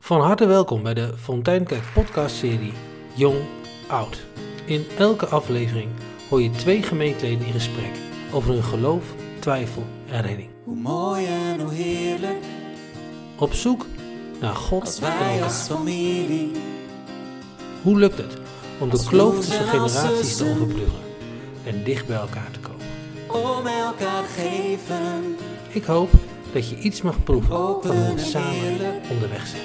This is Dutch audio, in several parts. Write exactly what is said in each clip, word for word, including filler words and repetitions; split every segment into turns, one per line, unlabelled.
Van harte welkom bij de Fonteinkerk podcastserie Jong Oud. In elke aflevering hoor je twee gemeenteleden in gesprek over hun geloof, twijfel en redding.
Hoe mooi en hoe heerlijk.
Op zoek naar God
Als
en
wij
elkaar.
als familie.
Hoe lukt het om de
Als
kloof
broers
tussen
en als
generaties te
zussen.
overbruggen en dicht bij elkaar te komen?
Om elkaar geven.
Ik hoop dat je iets mag proeven
Open
van hoe we
en
samen
eerlijk.
onderweg zijn.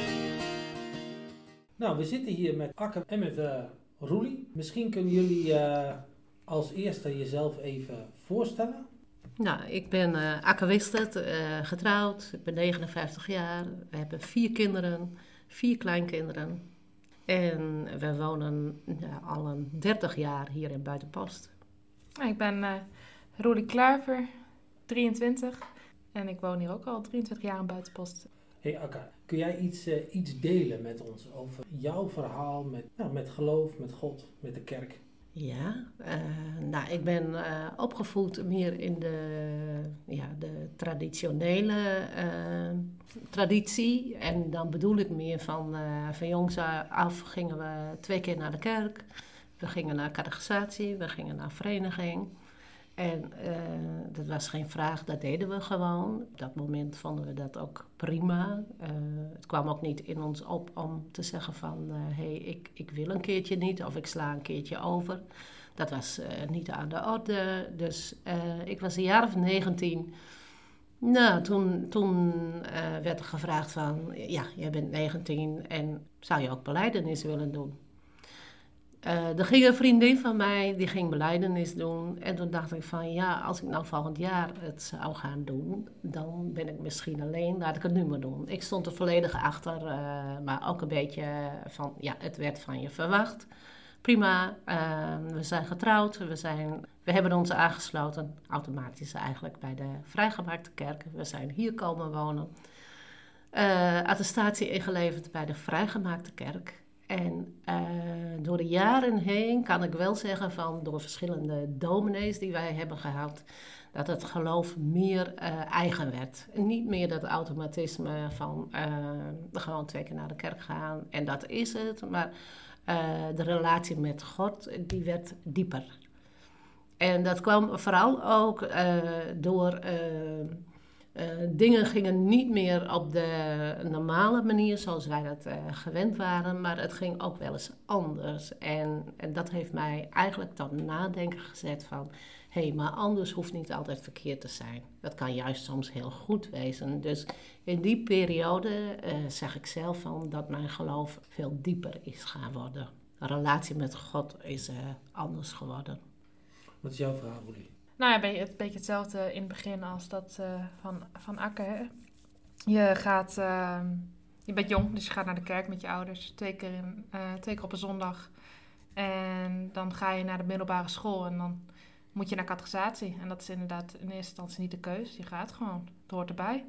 Nou, we zitten hier met Akke en met uh, Roelie. Misschien kunnen jullie uh, als eerste jezelf even voorstellen.
Nou, ik ben uh, Akke Wistert, uh, getrouwd. Ik ben negenenvijftig jaar. We hebben vier kinderen, vier kleinkinderen. En we wonen ja, al een dertig jaar hier in Buitenpost.
Ik ben uh, Roelie Klaver, drieëntwintig. En ik woon hier ook al drieëntwintig jaar in Buitenpost.
Hey Akka, kun jij iets, uh, iets delen met ons over jouw verhaal met, nou, met geloof, met God, met de kerk?
Ja, uh, nou, ik ben uh, opgevoed meer in de, ja, de traditionele uh, traditie. En dan bedoel ik meer van, uh, van jongs af gingen we twee keer naar de kerk. We gingen naar catechisatie, we gingen naar vereniging. En uh, dat was geen vraag, dat deden we gewoon. Op dat moment vonden we dat ook prima. Uh, het kwam ook niet in ons op om te zeggen van... hé, uh, hey, ik, ik wil een keertje niet of ik sla een keertje over. Dat was uh, niet aan de orde. Dus uh, ik was een jaar of negentien. Nou, toen, toen uh, werd er gevraagd van... ja, jij bent negentien en zou je ook belijdenis willen doen? Uh, er ging een vriendin van mij, die ging belijdenis doen. En toen dacht ik van, ja, als ik nou volgend jaar het zou gaan doen... dan ben ik misschien alleen, laat ik het nu maar doen. Ik stond er volledig achter, uh, maar ook een beetje van, ja, het werd van je verwacht. Prima, uh, we zijn getrouwd, we, zijn, we hebben ons aangesloten, automatisch eigenlijk, bij de vrijgemaakte kerk. We zijn hier komen wonen. Uh, attestatie ingeleverd bij de vrijgemaakte kerk. En uh, door de jaren heen kan ik wel zeggen van door verschillende dominees die wij hebben gehad, dat het geloof meer uh, eigen werd. En niet meer dat automatisme van uh, gewoon twee keer naar de kerk gaan en dat is het. Maar uh, de relatie met God, die werd dieper. En dat kwam vooral ook uh, door... Uh, Uh, dingen gingen niet meer op de normale manier zoals wij dat uh, gewend waren, maar het ging ook wel eens anders. En, en dat heeft mij eigenlijk tot nadenken gezet van, hé, hey, maar anders hoeft niet altijd verkeerd te zijn. Dat kan juist soms heel goed wezen. Dus in die periode uh, zeg ik zelf van dat mijn geloof veel dieper is gaan worden. De relatie met God is uh, anders geworden.
Wat is jouw verhaal, Roelie?
Nou ja, ben je een beetje hetzelfde in het begin als dat uh, van, van Akke. Hè? Je gaat, uh, je bent jong, dus je gaat naar de kerk met je ouders. Twee keer, in, uh, twee keer op een zondag. En dan ga je naar de middelbare school en dan moet je naar catechisatie. En dat is inderdaad in eerste instantie niet de keus. Je gaat gewoon, het hoort erbij.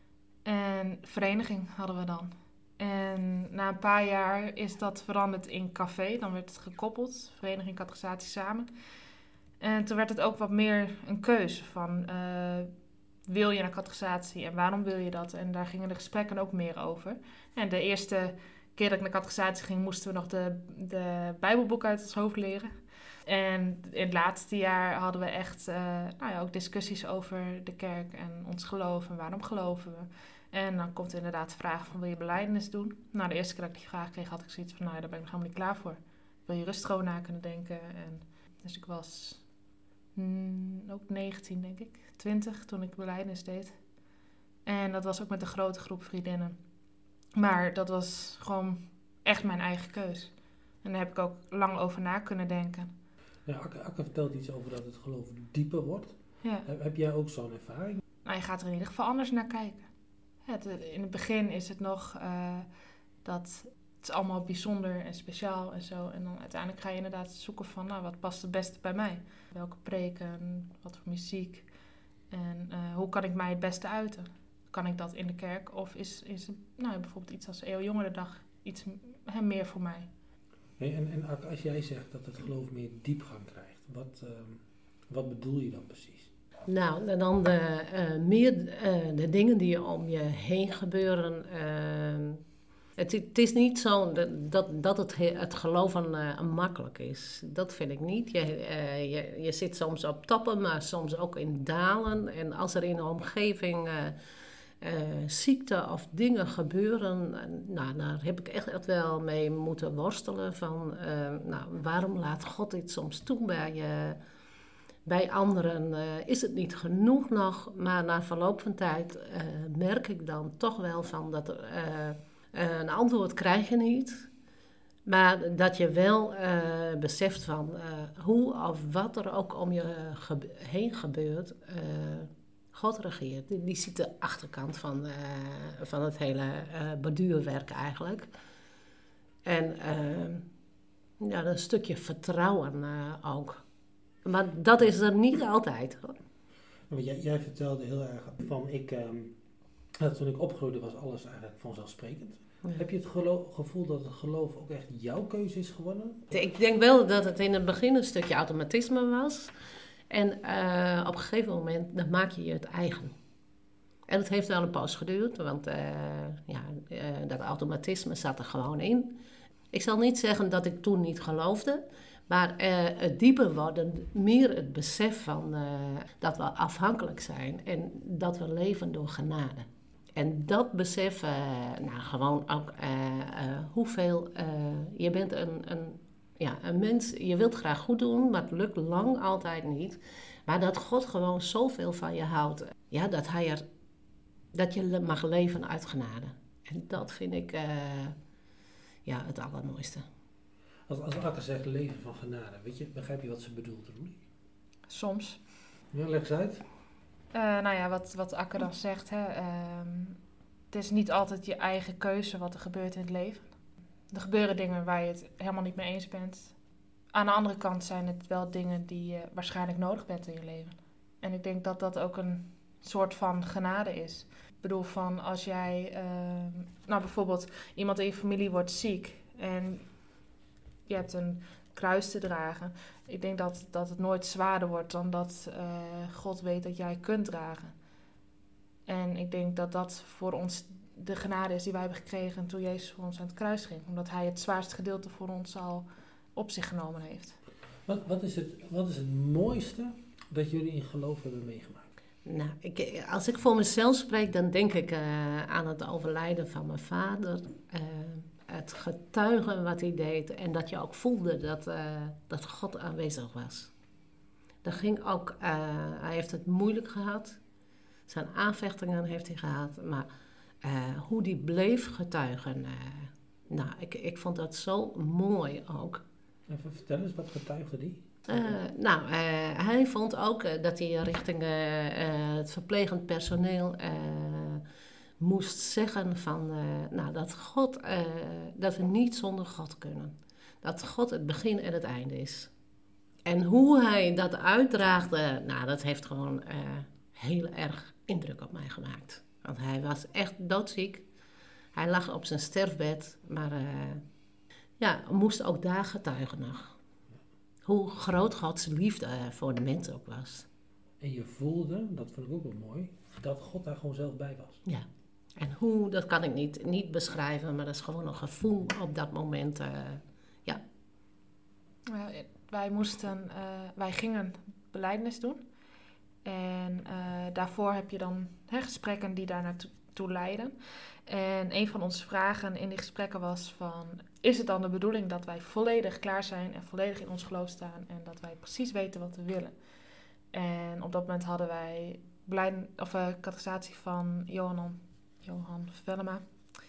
En vereniging hadden we dan. En na een paar jaar is dat veranderd in café. Dan werd het gekoppeld, vereniging catechisatie samen. En toen werd het ook wat meer een keuze van, uh, wil je naar catechisatie en waarom wil je dat? En daar gingen de gesprekken ook meer over. En de eerste keer dat ik naar catechisatie ging, moesten we nog de, de Bijbelboek uit ons hoofd leren. En in het laatste jaar hadden we echt uh, nou ja, ook discussies over de kerk en ons geloof en waarom geloven we. En dan komt inderdaad de vraag van, wil je belijdenis doen? Nou, de eerste keer dat ik die vraag kreeg, had ik zoiets van, nou ja, daar ben ik helemaal niet klaar voor. Wil je rustig over na kunnen denken? En dus ik was... Mm, ook negentien, denk ik. twintig, toen ik belijdenis deed. En dat was ook met een grote groep vriendinnen. Maar dat was gewoon echt mijn eigen keus. En daar heb ik ook lang over na kunnen denken.
Ja, Akke, Akke vertelt iets over dat het geloof dieper wordt.
Ja.
Heb, heb jij ook zo'n ervaring?
Nou, je gaat er in ieder geval anders naar kijken. Ja, het, in het begin is het nog uh, dat... Het is allemaal bijzonder en speciaal en zo. En dan uiteindelijk ga je inderdaad zoeken van, nou, wat past het beste bij mij? Welke preken, wat voor muziek? En uh, hoe kan ik mij het beste uiten? Kan ik dat in de kerk? Of is, is nou, bijvoorbeeld iets als Eeuwjongerendag iets he, meer voor mij?
Hey, en, en als jij zegt dat het geloof meer diepgang krijgt, wat, uh, wat bedoel je dan precies?
Nou, dan de, uh, meer uh, de dingen die om je heen gebeuren... Uh, Het, het is niet zo dat, dat, dat het, he- het geloven uh, makkelijk is. Dat vind ik niet. Je, uh, je, je zit soms op toppen, maar soms ook in dalen. En als er in de omgeving uh, uh, ziekte of dingen gebeuren, uh, nou, daar heb ik echt, echt wel mee moeten worstelen. Van, uh, nou, waarom laat God dit soms toe bij je? Uh, Bij anderen uh, is het niet genoeg nog, maar na verloop van tijd uh, merk ik dan toch wel van dat er, uh, uh, een antwoord krijg je niet. Maar dat je wel uh, beseft van uh, hoe of wat er ook om je gebe- heen gebeurt, uh, God regeert. Die, die ziet de achterkant van, uh, van het hele uh, borduurwerk eigenlijk. En uh, ja, een stukje vertrouwen uh, ook. Maar dat is er niet altijd, hoor.
Maar jij, jij vertelde heel erg van, ik, um, dat toen ik opgroeide was alles eigenlijk vanzelfsprekend. Ja. Heb je het gelo- gevoel dat het geloof ook echt jouw keuze is geworden?
Ik denk wel dat het in het begin een stukje automatisme was. En uh, op een gegeven moment, dan maak je je het eigen. En het heeft wel een poos geduurd, want uh, ja, uh, dat automatisme zat er gewoon in. Ik zal niet zeggen dat ik toen niet geloofde. Maar uh, het dieper worden, meer het besef van uh, dat we afhankelijk zijn en dat we leven door genade. En dat besef, uh, nou gewoon ook uh, uh, hoeveel, uh, je bent een, een, ja, een mens, je wilt graag goed doen, maar het lukt lang altijd niet. Maar dat God gewoon zoveel van je houdt, ja, dat, hij er, dat je mag leven uit genade. En dat vind ik uh, ja, het allermooiste.
Als, als Akke zegt leven van genade, weet je, begrijp je wat ze bedoelt, Roelie?
Soms.
Ja, leg eens uit.
Uh, nou ja, wat, wat Akke dan zegt, hè, um, het is niet altijd je eigen keuze wat er gebeurt in het leven. Er gebeuren dingen waar je het helemaal niet mee eens bent. Aan de andere kant zijn het wel dingen die je waarschijnlijk nodig bent in je leven. En ik denk dat dat ook een soort van genade is. Ik bedoel van als jij, uh, nou bijvoorbeeld iemand in je familie wordt ziek en je hebt een kruis te dragen. Ik denk dat, dat het nooit zwaarder wordt dan dat uh, God weet dat jij kunt dragen. En ik denk dat dat voor ons de genade is die wij hebben gekregen toen Jezus voor ons aan het kruis ging. Omdat hij het zwaarste gedeelte voor ons al op zich genomen heeft.
Wat, wat, is, het, wat is het mooiste dat jullie in geloof hebben meegemaakt?
Nou, ik, als ik voor mezelf spreek, dan denk ik uh, aan het overlijden van mijn vader. Uh, het getuigen wat hij deed en dat je ook voelde dat, uh, dat God aanwezig was. Dat ging ook, uh, hij heeft het moeilijk gehad. Zijn aanvechtingen heeft hij gehad. Maar uh, hoe die bleef getuigen, uh, nou, ik, ik vond dat zo mooi ook.
Even vertel eens, wat getuigde die?
Uh, nou, uh, hij vond ook uh, dat hij richting uh, uh, het verplegend personeel uh, moest zeggen van, uh, nou, dat God, uh, dat we niet zonder God kunnen. Dat God het begin en het einde is. En hoe hij dat uitdraagde, nou, dat heeft gewoon uh, heel erg indruk op mij gemaakt. Want hij was echt doodziek. Hij lag op zijn sterfbed, maar uh, ja, moest ook daar getuigen nog. Hoe groot Gods liefde voor de mens ook was.
En je voelde, dat vond ik ook wel mooi, dat God daar gewoon zelf bij was.
Ja. En hoe, dat kan ik niet, niet beschrijven, maar dat is gewoon een gevoel op dat moment. Uh, ja.
Uh, wij moesten, uh, wij gingen belijdenis doen. En uh, daarvoor heb je dan hè, gesprekken die daar naartoe leiden. En een van onze vragen in die gesprekken was van, is het dan de bedoeling dat wij volledig klaar zijn en volledig in ons geloof staan en dat wij precies weten wat we willen? En op dat moment hadden wij beleid, of uh, catechisatie van Johan, Johan Vellema.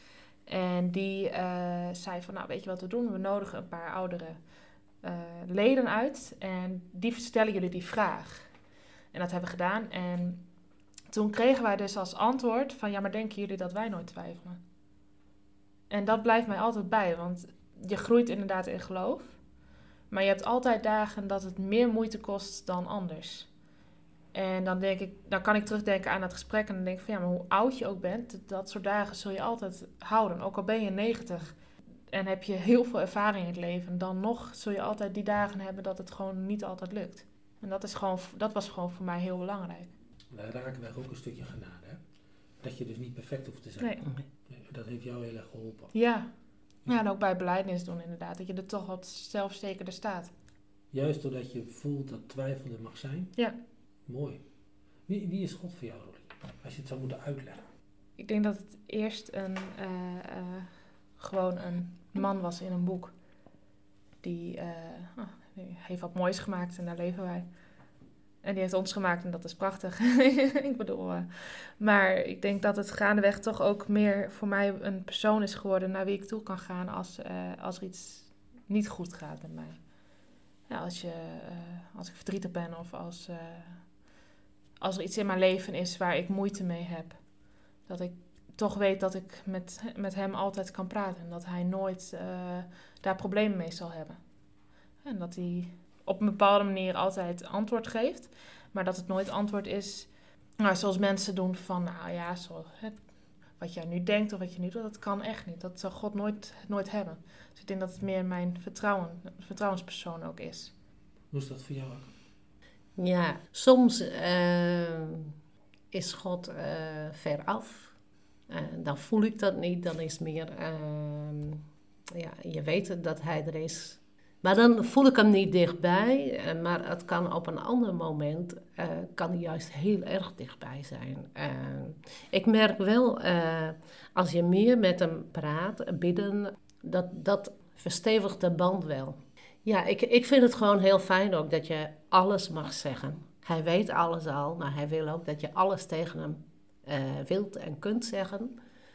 En die uh, zei van, nou weet je wat we doen? We nodigen een paar oudere uh, leden uit en die stellen jullie die vraag. En dat hebben we gedaan en toen kregen wij dus als antwoord van, ja, maar denken jullie dat wij nooit twijfelen? En dat blijft mij altijd bij, want je groeit inderdaad in geloof. Maar je hebt altijd dagen dat het meer moeite kost dan anders. En dan denk ik, dan kan ik terugdenken aan dat gesprek en dan denk ik van, ja, maar hoe oud je ook bent, dat soort dagen zul je altijd houden. Ook al ben je negentig en heb je heel veel ervaring in het leven, dan nog zul je altijd die dagen hebben dat het gewoon niet altijd lukt. En dat, is gewoon, dat was gewoon voor mij heel belangrijk.
Wij raken daar ook een stukje genade, hè? Dat je dus niet perfect hoeft te zijn.
Nee.
Nee, dat heeft jou heel erg geholpen.
Ja. Ja, en ook bij belijdenis doen inderdaad. Dat je er toch wat zelfzekerder staat.
Juist doordat je voelt dat twijfel er mag zijn.
Ja.
Mooi. Wie, wie is God voor jou, Rolly? Als je het zou moeten uitleggen.
Ik denk dat het eerst een, uh, uh, gewoon een man was in een boek. Die, uh, oh, die heeft wat moois gemaakt en daar leven wij. En die heeft ons gemaakt en dat is prachtig. ik bedoel, uh, maar ik denk dat het gaandeweg toch ook meer voor mij een persoon is geworden naar wie ik toe kan gaan als, uh, als er iets niet goed gaat met mij. Ja, als, je, uh, als ik verdrietig ben of als, uh, als er iets in mijn leven is waar ik moeite mee heb. Dat ik toch weet dat ik met, met hem altijd kan praten. En dat hij nooit uh, daar problemen mee zal hebben. En dat hij op een bepaalde manier altijd antwoord geeft. Maar dat het nooit antwoord is nou, zoals mensen doen van... Nou ja, zo, het, wat jij nu denkt of wat je nu doet, dat kan echt niet. Dat zal God nooit, nooit hebben. Dus ik denk dat het meer mijn vertrouwen, vertrouwenspersoon ook is.
Hoe is dat voor jou ook?
Ja, soms uh, is God uh, ver af. Uh, dan voel ik dat niet. Dan is het meer... Uh, ja, je weet dat hij er is. Maar dan voel ik hem niet dichtbij. Uh, maar het kan op een ander moment... Uh, kan hij juist heel erg dichtbij zijn. Uh, ik merk wel... Uh, als je meer met hem praat, bidden... Dat, dat verstevigt de band wel. Ja, ik, ik vind het gewoon heel fijn ook dat je alles mag zeggen. Hij weet alles al, maar hij wil ook dat je alles tegen hem uh, wilt en kunt zeggen.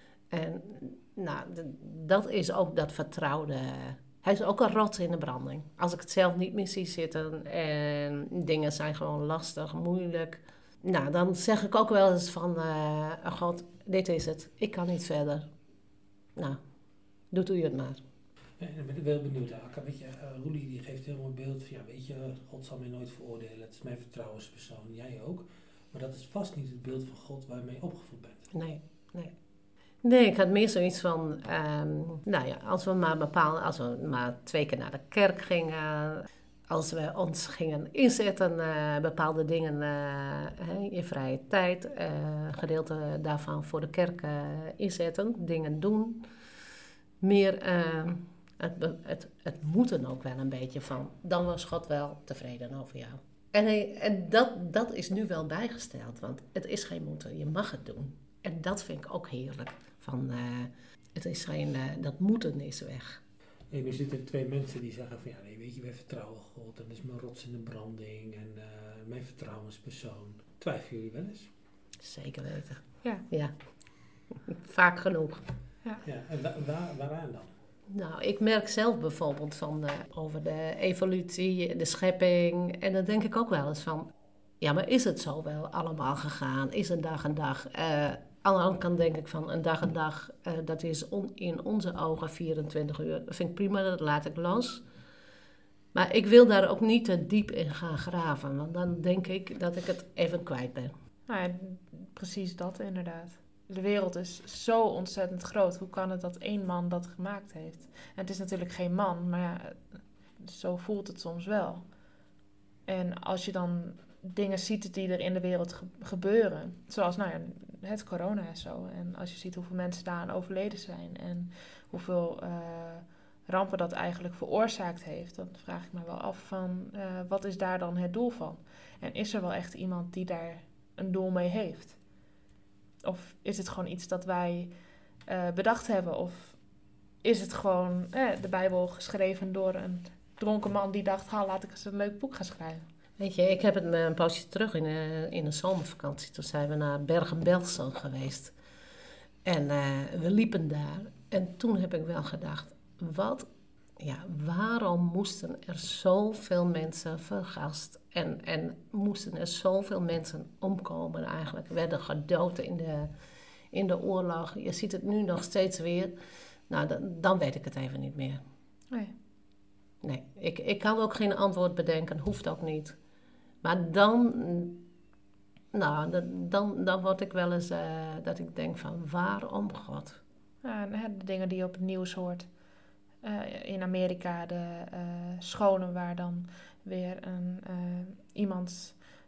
En nou, d- dat is ook dat vertrouwde. Hij is ook een rots in de branding. Als ik het zelf niet meer zie zitten en dingen zijn gewoon lastig, moeilijk. Nou, dan zeg ik ook wel eens van, uh, oh God, dit is het. Ik kan niet verder. Nou, doe, doe je het maar.
Ja, en ik ben wel benieuwd, Akka. Weet je, uh, Rolly die geeft een heel mooi beeld van, ja, weet je, God zal mij nooit veroordelen. Het is mijn vertrouwenspersoon, jij ook. Maar dat is vast niet het beeld van God waar je mee opgevoed bent.
Nee, nee. Nee, ik had meer zoiets van, um, nou ja, als we maar bepaalden, als we maar twee keer naar de kerk gingen, als we ons gingen inzetten, uh, bepaalde dingen uh, hey, in vrije tijd, uh, gedeelte daarvan voor de kerk uh, inzetten, dingen doen, meer... Uh, Het, het, het moet er ook wel een beetje van. Dan was God wel tevreden over jou. En, hij, en dat, dat is nu wel bijgesteld. Want het is geen moeten. Je mag het doen. En dat vind ik ook heerlijk. Van, uh, het is geen, uh, dat moeten is weg.
Nee, nu zitten er twee mensen die zeggen van... Ja, nee, weet je, wij vertrouwen God. En dat is mijn rots in de branding. En uh, mijn vertrouwenspersoon. Twijfelen jullie wel eens?
Zeker weten.
Ja.
Ja. Vaak genoeg.
Ja.
Ja, en wa- waar, waaraan dan?
Nou, ik merk zelf bijvoorbeeld van uh, over de evolutie, de schepping. En dan denk ik ook wel eens van... Ja, maar is het zo wel allemaal gegaan? Is een dag een dag? Uh, aan de andere kant denk ik van een dag een dag... Uh, dat is on, in onze ogen vierentwintig uur. Dat vind ik prima, dat laat ik los. Maar ik wil daar ook niet te diep in gaan graven. Want dan denk ik dat ik het even kwijt ben.
Nou ja, precies dat inderdaad. De wereld is zo ontzettend groot. Hoe kan het dat één man dat gemaakt heeft? En het is natuurlijk geen man, maar ja, zo voelt het soms wel. En als je dan dingen ziet die er in de wereld ge- gebeuren, zoals nou ja, het corona en zo. En als je ziet hoeveel mensen daaraan overleden zijn en hoeveel uh, rampen dat eigenlijk veroorzaakt heeft, dan vraag ik me wel af van, uh, wat is daar dan het doel van? En is er wel echt iemand die daar een doel mee heeft? Of is het gewoon iets dat wij uh, bedacht hebben? Of is het gewoon eh, de Bijbel geschreven door een dronken man die dacht... Ha, laat ik eens een leuk boek gaan schrijven.
Weet je, ik heb het me een poosje terug in een, in een zomervakantie. Toen zijn we naar Bergen-Belsen geweest. En uh, we liepen daar. En toen heb ik wel gedacht... Wat, ja, waarom moesten er zoveel mensen vergast? En, en moesten er zoveel mensen omkomen eigenlijk? Werden gedood in de, in de oorlog. Je ziet het nu nog steeds weer. Nou, dan, dan weet ik het even niet meer.
Nee.
Nee, ik, ik kan ook geen antwoord bedenken. Hoeft ook niet. Maar dan... Nou, dan, dan word ik wel eens... Uh, dat ik denk van, waarom God?
Ja, de dingen die je op het nieuws hoort. Uh, in Amerika de uh, scholen waar dan weer een, uh, iemand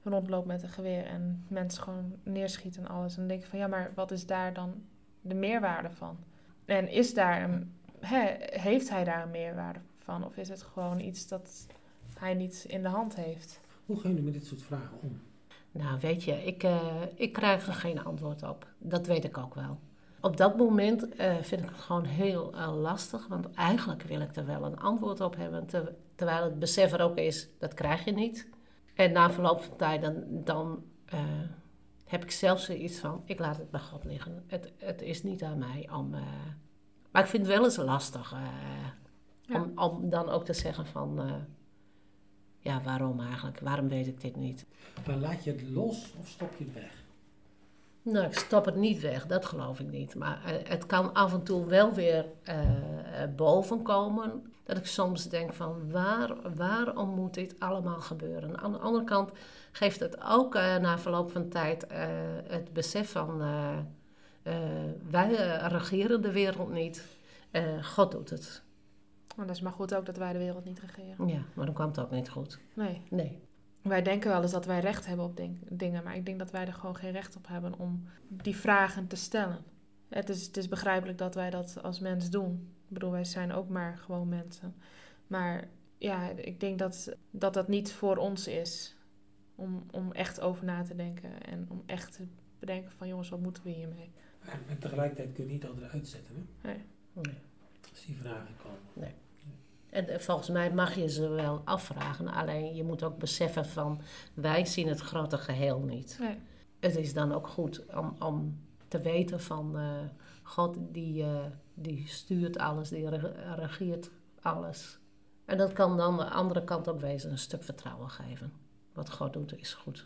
rondloopt met een geweer en mensen gewoon neerschiet en alles. En dan denk ik van ja, maar wat is daar dan de meerwaarde van? En is daar een, he, heeft hij daar een meerwaarde van? Of is het gewoon iets dat hij niet in de hand heeft?
Hoe gaan jullie met dit soort vragen om?
Nou, weet je, ik, uh, ik krijg er geen antwoord op. Dat weet ik ook wel. Op dat moment uh, vind ik het gewoon heel uh, lastig. Want eigenlijk wil ik er wel een antwoord op hebben. Ter, terwijl het besef er ook is, dat krijg je niet. En na verloop van tijd dan, dan uh, heb ik zelfs zoiets van, ik laat het bij God liggen. Het, het is niet aan mij om... Uh, maar ik vind het wel eens lastig uh, ja. om, om dan ook te zeggen van... Uh, ja, waarom eigenlijk? Waarom weet ik dit niet?
Maar laat je het los of stop je het weg?
Nou, ik stop het niet weg, dat geloof ik niet. Maar uh, het kan af en toe wel weer uh, boven komen. Dat ik soms denk van, waar, waarom moet dit allemaal gebeuren? Aan de andere kant geeft het ook uh, na verloop van tijd uh, het besef van... Uh, uh, wij uh, regeren de wereld niet, uh, God doet het.
Maar dat is maar goed ook dat wij de wereld niet regeren.
Ja, maar dan kwam het ook niet goed.
Nee.
Nee.
Wij denken wel eens dat wij recht hebben op ding, dingen, maar ik denk dat wij er gewoon geen recht op hebben om die vragen te stellen. Het is, het is begrijpelijk dat wij dat als mens doen. Ik bedoel, wij zijn ook maar gewoon mensen. Maar ja, ik denk dat dat, dat niet voor ons is om, om echt over na te denken en om echt te bedenken van jongens, wat moeten we hiermee?
En, en tegelijkertijd kun je niet altijd uitzetten, hè?
Nee.
Nee.
Als die vragen komen.
Nee. En volgens mij mag je ze wel afvragen. Alleen je moet ook beseffen van... wij zien het grote geheel niet.
Nee.
Het is dan ook goed om, om te weten van... Uh, God die, uh, die stuurt alles, die regeert alles. En dat kan dan de andere kant ook wezen. Een stuk vertrouwen geven. Wat God doet is goed.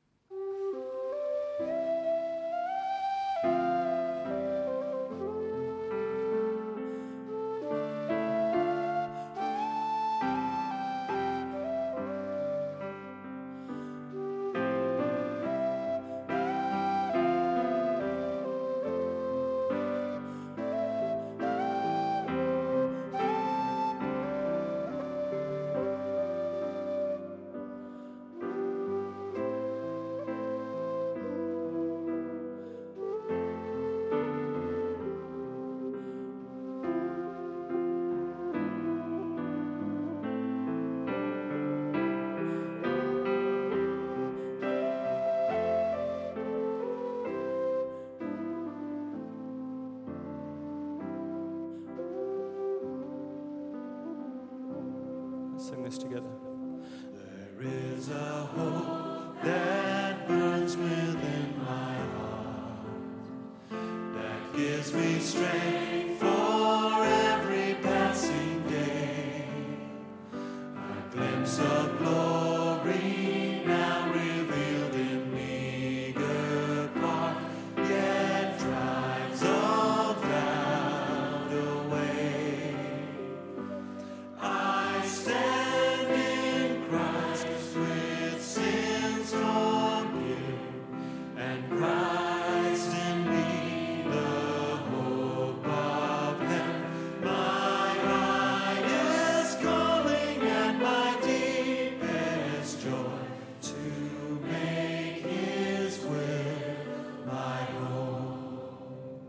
Sing this together.
There is a hope that burns within my heart, that gives me strength for every passing day. A glimpse of glory now revealed in meager part, yet drives all doubt away. I stand in Christ with sins forgiven, and Christ in me the hope of heaven. My highest calling and my deepest joy, to make His will my hope.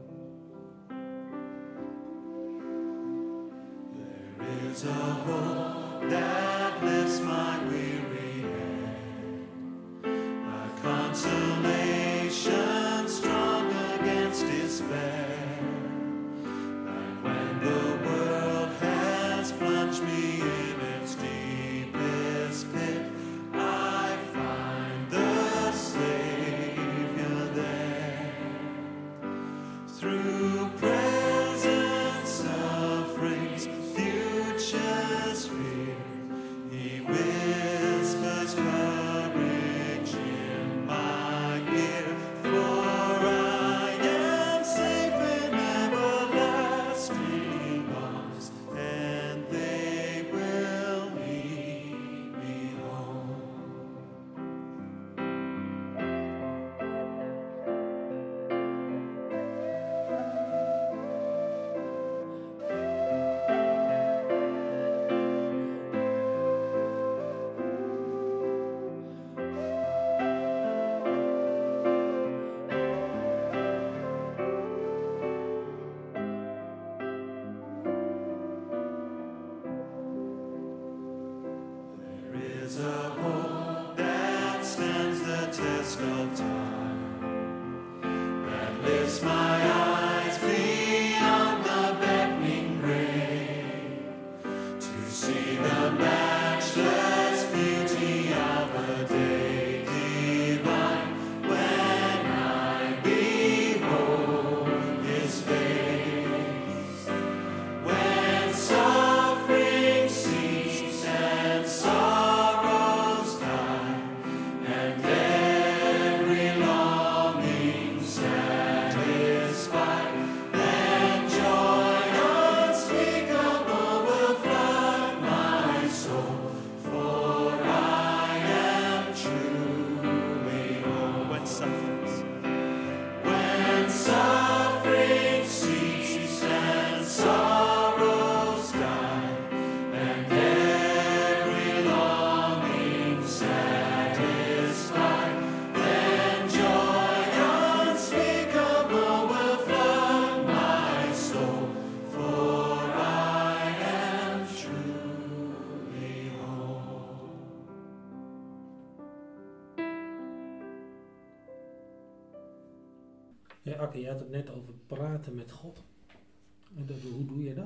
There is a hope that lifts my weary head, a consolation strong against despair, that when the world has plunged me in its deepest pit, I find the Savior there. Through present sufferings, future sphere, He will
Ja, Akke, je had het net over praten met God. En dat, hoe doe je dat?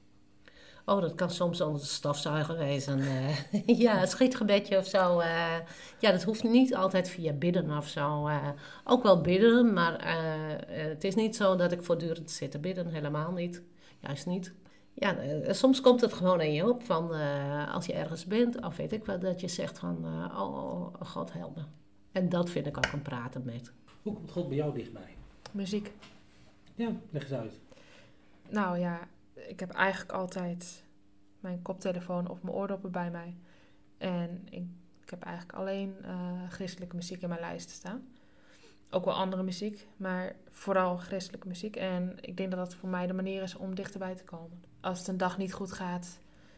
Oh, dat kan soms onder de stofzuiger wezen. eh. Ja, het schietgebedje of zo. eh. Ja, dat hoeft niet altijd via bidden of zo. eh. Ook wel bidden, maar eh, eh, het is niet zo dat ik voortdurend zit te bidden. Helemaal niet. Juist niet. Ja, eh, soms komt het gewoon aan je op van eh, als je ergens bent, of weet ik wat, dat je zegt van, eh, oh, oh, God help me. En dat vind ik ook een praten met.
Hoe komt God bij jou dichtbij?
Muziek.
Ja, leg eens uit.
Nou ja, ik heb eigenlijk altijd mijn koptelefoon of mijn oordoppen bij mij. En ik, ik heb eigenlijk alleen uh, christelijke muziek in mijn lijst staan. Ook wel andere muziek, maar vooral christelijke muziek. En ik denk dat dat voor mij de manier is om dichterbij te komen. Als het een dag niet goed gaat,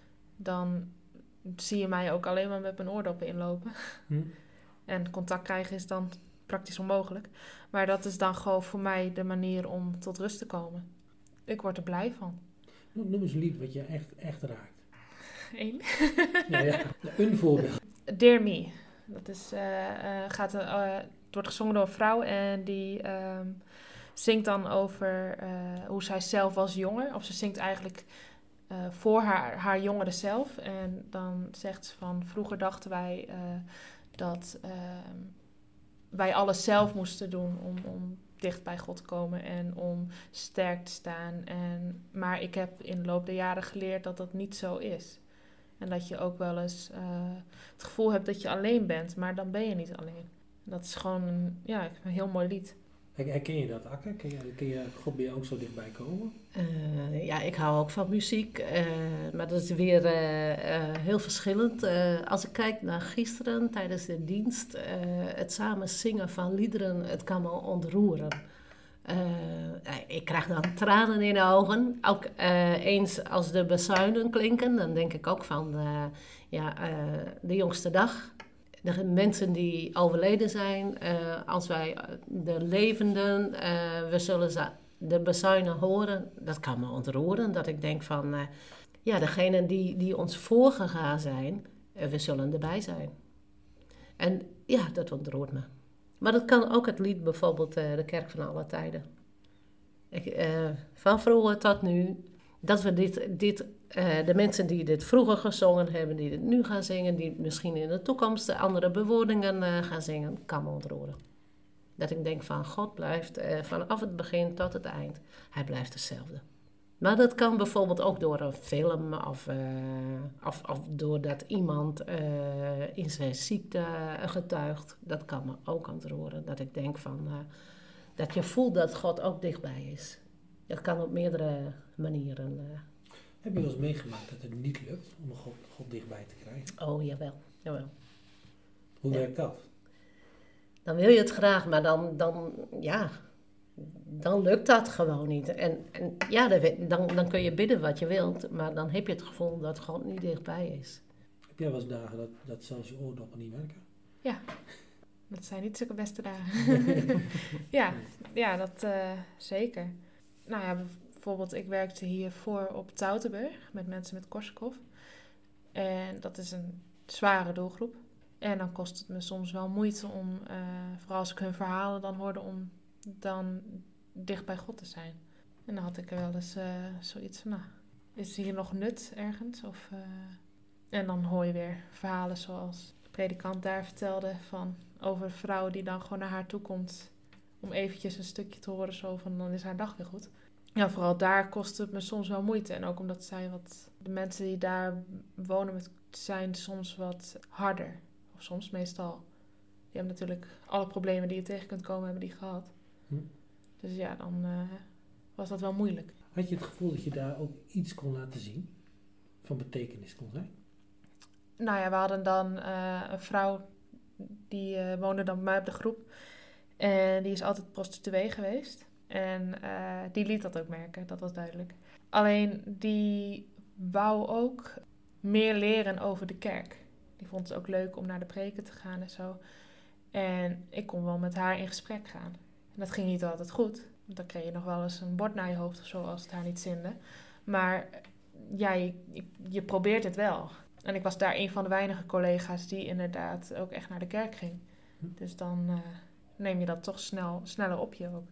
dan zie je mij ook alleen maar met mijn oordoppen inlopen.
Hm?
En contact krijgen is dan praktisch onmogelijk. Maar dat is dan gewoon voor mij de manier om tot rust te komen. Ik word er blij van.
Noem noem eens een lied wat je echt, echt raakt.
Eén.
Ja, ja. Een voorbeeld.
Dear Me. Dat is, uh, uh, gaat, uh, het wordt gezongen door een vrouw en die um, zingt dan over uh, hoe zij zelf was jonger. Of ze zingt eigenlijk uh, voor haar, haar jongere zelf. En dan zegt ze van, vroeger dachten wij uh, dat uh, wij alles zelf moesten doen om, om dicht bij God te komen en om sterk te staan. En, maar ik heb in de loop der jaren geleerd dat dat niet zo is. En dat je ook wel eens uh, het gevoel hebt dat je alleen bent, maar dan ben je niet alleen. Dat is gewoon een, ja, een heel mooi lied.
Herken je dat, Akke? Ken je, ken je God bij je ook zo dichtbij komen?
Uh, ja, ik hou ook van muziek, uh, maar dat is weer uh, uh, heel verschillend. Uh, als ik kijk naar gisteren tijdens de dienst, uh, het samen zingen van liederen, het kan me ontroeren. Uh, ik krijg dan tranen in de ogen. Ook uh, eens als de bazuinen klinken, dan denk ik ook van uh, ja, uh, de jongste dag. De mensen die overleden zijn, uh, als wij de levenden, uh, we zullen ze, de bazuinen horen, dat kan me ontroeren. Dat ik denk van, uh, ja, degenen die, die ons voorgegaan zijn, uh, we zullen erbij zijn. En ja, dat ontroert me. Maar dat kan ook het lied bijvoorbeeld uh, De Kerk van Alle Tijden. Ik, uh, van vroeger tot nu, dat we dit, dit uh, de mensen die dit vroeger gezongen hebben, die dit nu gaan zingen, die misschien in de toekomst de andere bewoordingen uh, gaan zingen, kan me ontroeren. Dat ik denk van God blijft uh, vanaf het begin tot het eind, hij blijft hetzelfde. Maar dat kan bijvoorbeeld ook door een film of, uh, of, of doordat iemand uh, in zijn ziekte getuigt. Dat kan me ook ontroeren. Dat ik denk van, uh, dat je voelt dat God ook dichtbij is. Dat kan op meerdere manieren. Uh.
Heb je wel eens meegemaakt dat het niet lukt om God, God dichtbij te krijgen?
Oh, jawel. jawel.
Hoe
Ja.
werkt dat?
Dan wil je het graag, maar dan, dan ja... dan lukt dat gewoon niet. En, en ja, dan, dan kun je bidden wat je wilt, maar dan heb je het gevoel dat God niet dichtbij is.
Heb jij wel eens dagen dat, dat zelfs je oordoppen niet werken?
Ja, dat zijn niet zulke beste dagen. ja, ja, dat uh, zeker. Nou ja, bijvoorbeeld ik werkte hiervoor op Tautenburg met mensen met Korsakoff. En dat is een zware doelgroep. En dan kost het me soms wel moeite om, uh, vooral als ik hun verhalen dan hoorde, om dan dicht bij God te zijn. En dan had ik er wel eens uh, zoiets van, nou, is hier nog nut ergens? Of, uh... En dan hoor je weer verhalen zoals de predikant daar vertelde van over een vrouw die dan gewoon naar haar toe komt om eventjes een stukje te horen zo van, dan is haar dag weer goed. Ja, vooral daar kost het me soms wel moeite. En ook omdat zij wat, de mensen die daar wonen met, zijn soms wat harder. Of soms meestal. Die hebben natuurlijk alle problemen die je tegen kunt komen, hebben die gehad.
Hm.
Dus ja, dan uh, was dat wel moeilijk.
Had je het gevoel dat je daar ook iets kon laten zien? Van betekenis kon zijn?
Nou ja, we hadden dan uh, een vrouw die uh, woonde dan bij mij op de groep. En die is altijd prostituee geweest. En uh, die liet dat ook merken, dat was duidelijk. Alleen die wou ook meer leren over de kerk. Die vond het ook leuk om naar de preken te gaan en zo. En ik kon wel met haar in gesprek gaan. En dat ging niet altijd goed. Dan kreeg je nog wel eens een bord naar je hoofd of zo als het haar niet zinde. Maar ja, je, je probeert het wel. En ik was daar een van de weinige collega's die inderdaad ook echt naar de kerk ging. Dus dan uh, neem je dat toch snel, sneller op je ook.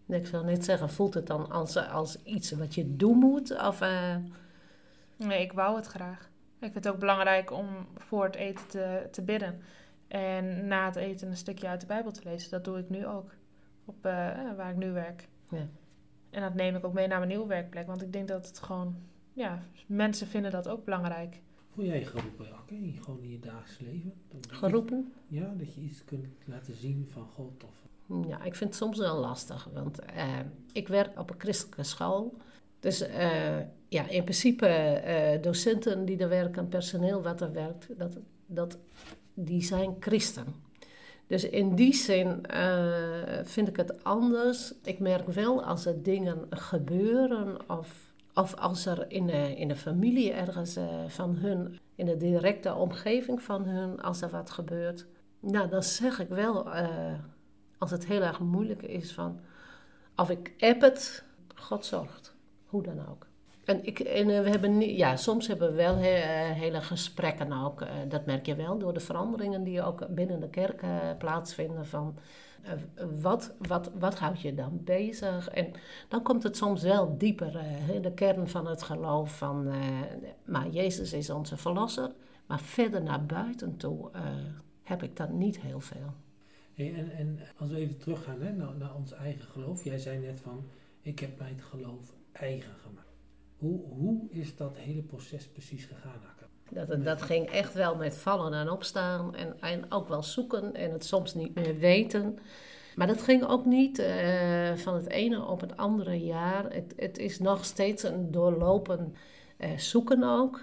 Nee, ik zou net zeggen, voelt het dan als, als iets wat je doen moet? Of, uh...
Nee, ik wou het graag. Ik vind het ook belangrijk om voor het eten te, te bidden. En na het eten een stukje uit de Bijbel te lezen. Dat doe ik nu ook. Op uh, waar ik nu werk.
Ja.
En dat neem ik ook mee naar mijn nieuwe werkplek. Want ik denk dat het gewoon... Ja, mensen vinden dat ook belangrijk.
Voel jij je geroepen, Akke, gewoon in je dagelijks leven? Dat je-
Geroepen?
Ja, dat je iets kunt laten zien van God of...
Ja, ik vind het soms wel lastig. Want uh, ik werk op een christelijke school. Dus uh, ja, in principe uh, docenten die er werken, personeel wat er werkt, dat, dat, die zijn christen. Dus in die zin uh, vind ik het anders. Ik merk wel als er dingen gebeuren of, of als er in de, in de familie ergens uh, van hun, in de directe omgeving van hun, als er wat gebeurt. Nou, dan zeg ik wel, uh, als het heel erg moeilijk is, van of ik app het, God zorgt. Hoe dan ook. En, ik, en we hebben niet, ja, soms hebben we wel he, hele gesprekken ook. Uh, dat merk je wel door de veranderingen die ook binnen de kerk uh, plaatsvinden. Van, uh, wat, wat, wat houdt je dan bezig? En dan komt het soms wel dieper. Uh, de kern van het geloof van... Uh, maar Jezus is onze verlosser. Maar verder naar buiten toe uh, heb ik dat niet heel veel.
Hey, en, en als we even teruggaan hè, naar, naar ons eigen geloof. Jij zei net van, ik heb mijn geloof eigen gemaakt. Hoe, hoe is dat hele proces precies gegaan, Akke?
Dat, dat ging echt wel met vallen en opstaan en, en ook wel zoeken en het soms niet meer weten. Maar dat ging ook niet uh, van het ene op het andere jaar. Het, het is nog steeds een doorlopen uh, zoeken ook.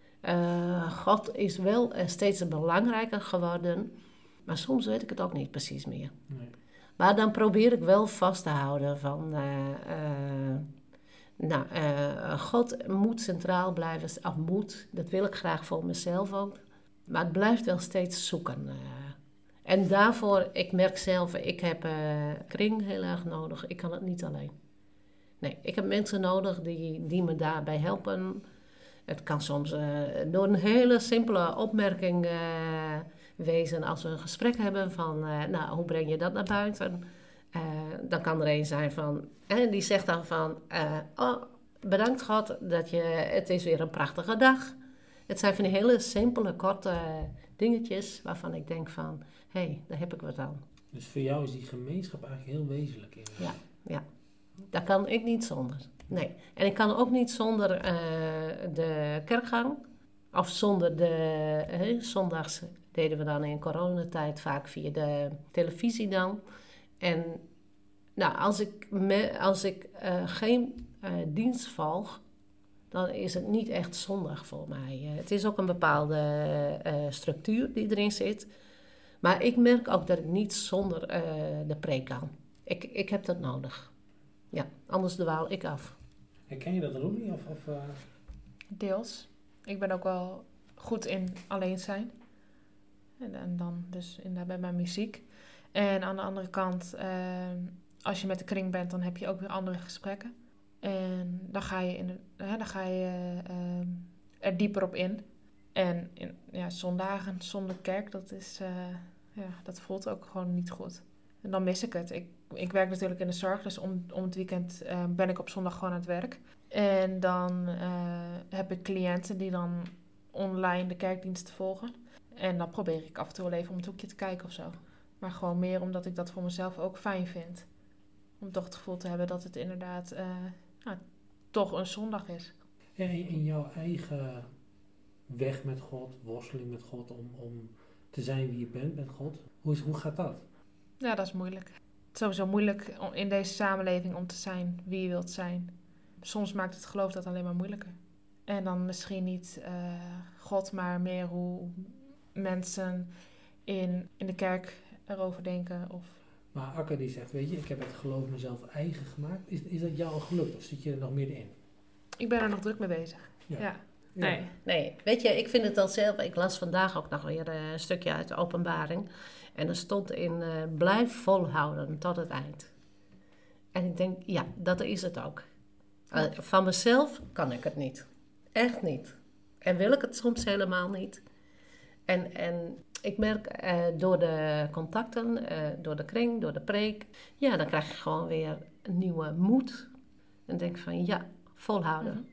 Uh, God is wel uh, steeds belangrijker geworden, maar soms weet ik het ook niet precies meer.
Nee.
Maar dan probeer ik wel vast te houden van... Uh, uh, Nou, uh, God moet centraal blijven, of moet, dat wil ik graag voor mezelf ook. Maar het blijft wel steeds zoeken. Uh. En daarvoor, ik merk zelf, ik heb uh, kring heel erg nodig. Ik kan het niet alleen. Nee, ik heb mensen nodig die, die me daarbij helpen. Het kan soms uh, door een hele simpele opmerking uh, wezen als we een gesprek hebben van, uh, nou, hoe breng je dat naar buiten? Uh, dan kan er een zijn van, en die zegt dan van, uh, oh, bedankt God dat je, het is weer een prachtige dag. Het zijn van die hele simpele, korte dingetjes waarvan ik denk van, hé, hey, daar heb ik wat aan.
Dus voor jou is die gemeenschap eigenlijk heel wezenlijk in.
Ja, ja. Daar kan ik niet zonder. Nee. En ik kan ook niet zonder uh, de kerkgang. Of zonder de, uh, zondags deden we dan in coronatijd vaak via de televisie dan. En nou, als ik, me, als ik uh, geen uh, dienst volg, dan is het niet echt zondag voor mij. Uh, het is ook een bepaalde uh, structuur die erin zit. Maar ik merk ook dat ik niet zonder uh, de preek kan. Ik, ik heb dat nodig. Ja, anders dwaal ik af.
Herken je dat dan ook niet? Of, of, uh...
Deels. Ik ben ook wel goed in alleen zijn. En, en dan dus inderdaad bij mijn muziek. En aan de andere kant, uh, als je met de kring bent, dan heb je ook weer andere gesprekken. En dan ga je, in de, hè, dan ga je uh, er dieper op in. En in, ja, zondagen zonder kerk, dat, is, uh, ja, dat voelt ook gewoon niet goed. En dan mis ik het. Ik, ik werk natuurlijk in de zorg, dus om, om het weekend uh, ben ik op zondag gewoon aan het werk. En dan uh, heb ik cliënten die dan online de kerkdiensten volgen. En dan probeer ik af en toe wel even om het hoekje te kijken of zo. Maar gewoon meer omdat ik dat voor mezelf ook fijn vind. Om toch het gevoel te hebben dat het inderdaad uh, nou, toch een zondag is.
Ja, in jouw eigen weg met God, worsteling met God, om, om te zijn wie je bent met God. Hoe, is, hoe gaat dat?
Ja, dat is moeilijk. Het is sowieso moeilijk in deze samenleving om te zijn wie je wilt zijn. Soms maakt het geloof dat alleen maar moeilijker. En dan misschien niet uh, God, maar meer hoe mensen in, in de kerk erover denken. Of...
Maar Akke die zegt, weet je, ik heb het geloof mezelf eigen gemaakt. Is, is dat jou al gelukt of zit je er nog middenin?
Ik ben er nog druk mee bezig. Ja. ja. Nee.
Nee, weet je, ik vind het dan zelf... Ik las vandaag ook nog weer een stukje uit de openbaring. En er stond in, uh, blijf volhouden tot het eind. En ik denk, ja, dat is het ook. Uh, van mezelf kan ik het niet. Echt niet. En wil ik het soms helemaal niet. En, en ik merk uh, door de contacten, uh, door de kring, door de preek... Ja, dan krijg je gewoon weer een nieuwe moed. En denk van ja, volhouden.
Mhm.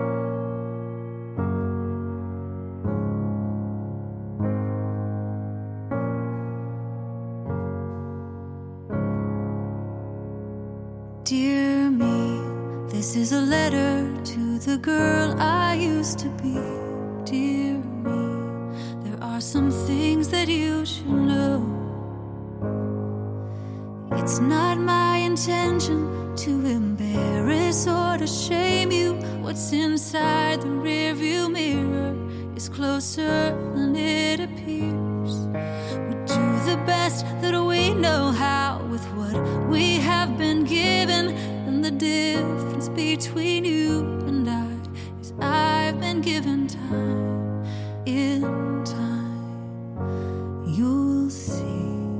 Dear me, this is a letter to the girl I used to be. Dear me, there are some things that you should know. It's not my intention to embarrass or to shame you. What's inside the rearview mirror is closer than it appears. We do the best that we know how with what we have been given, and the difference between you and I is I've been given time. In time, you'll see.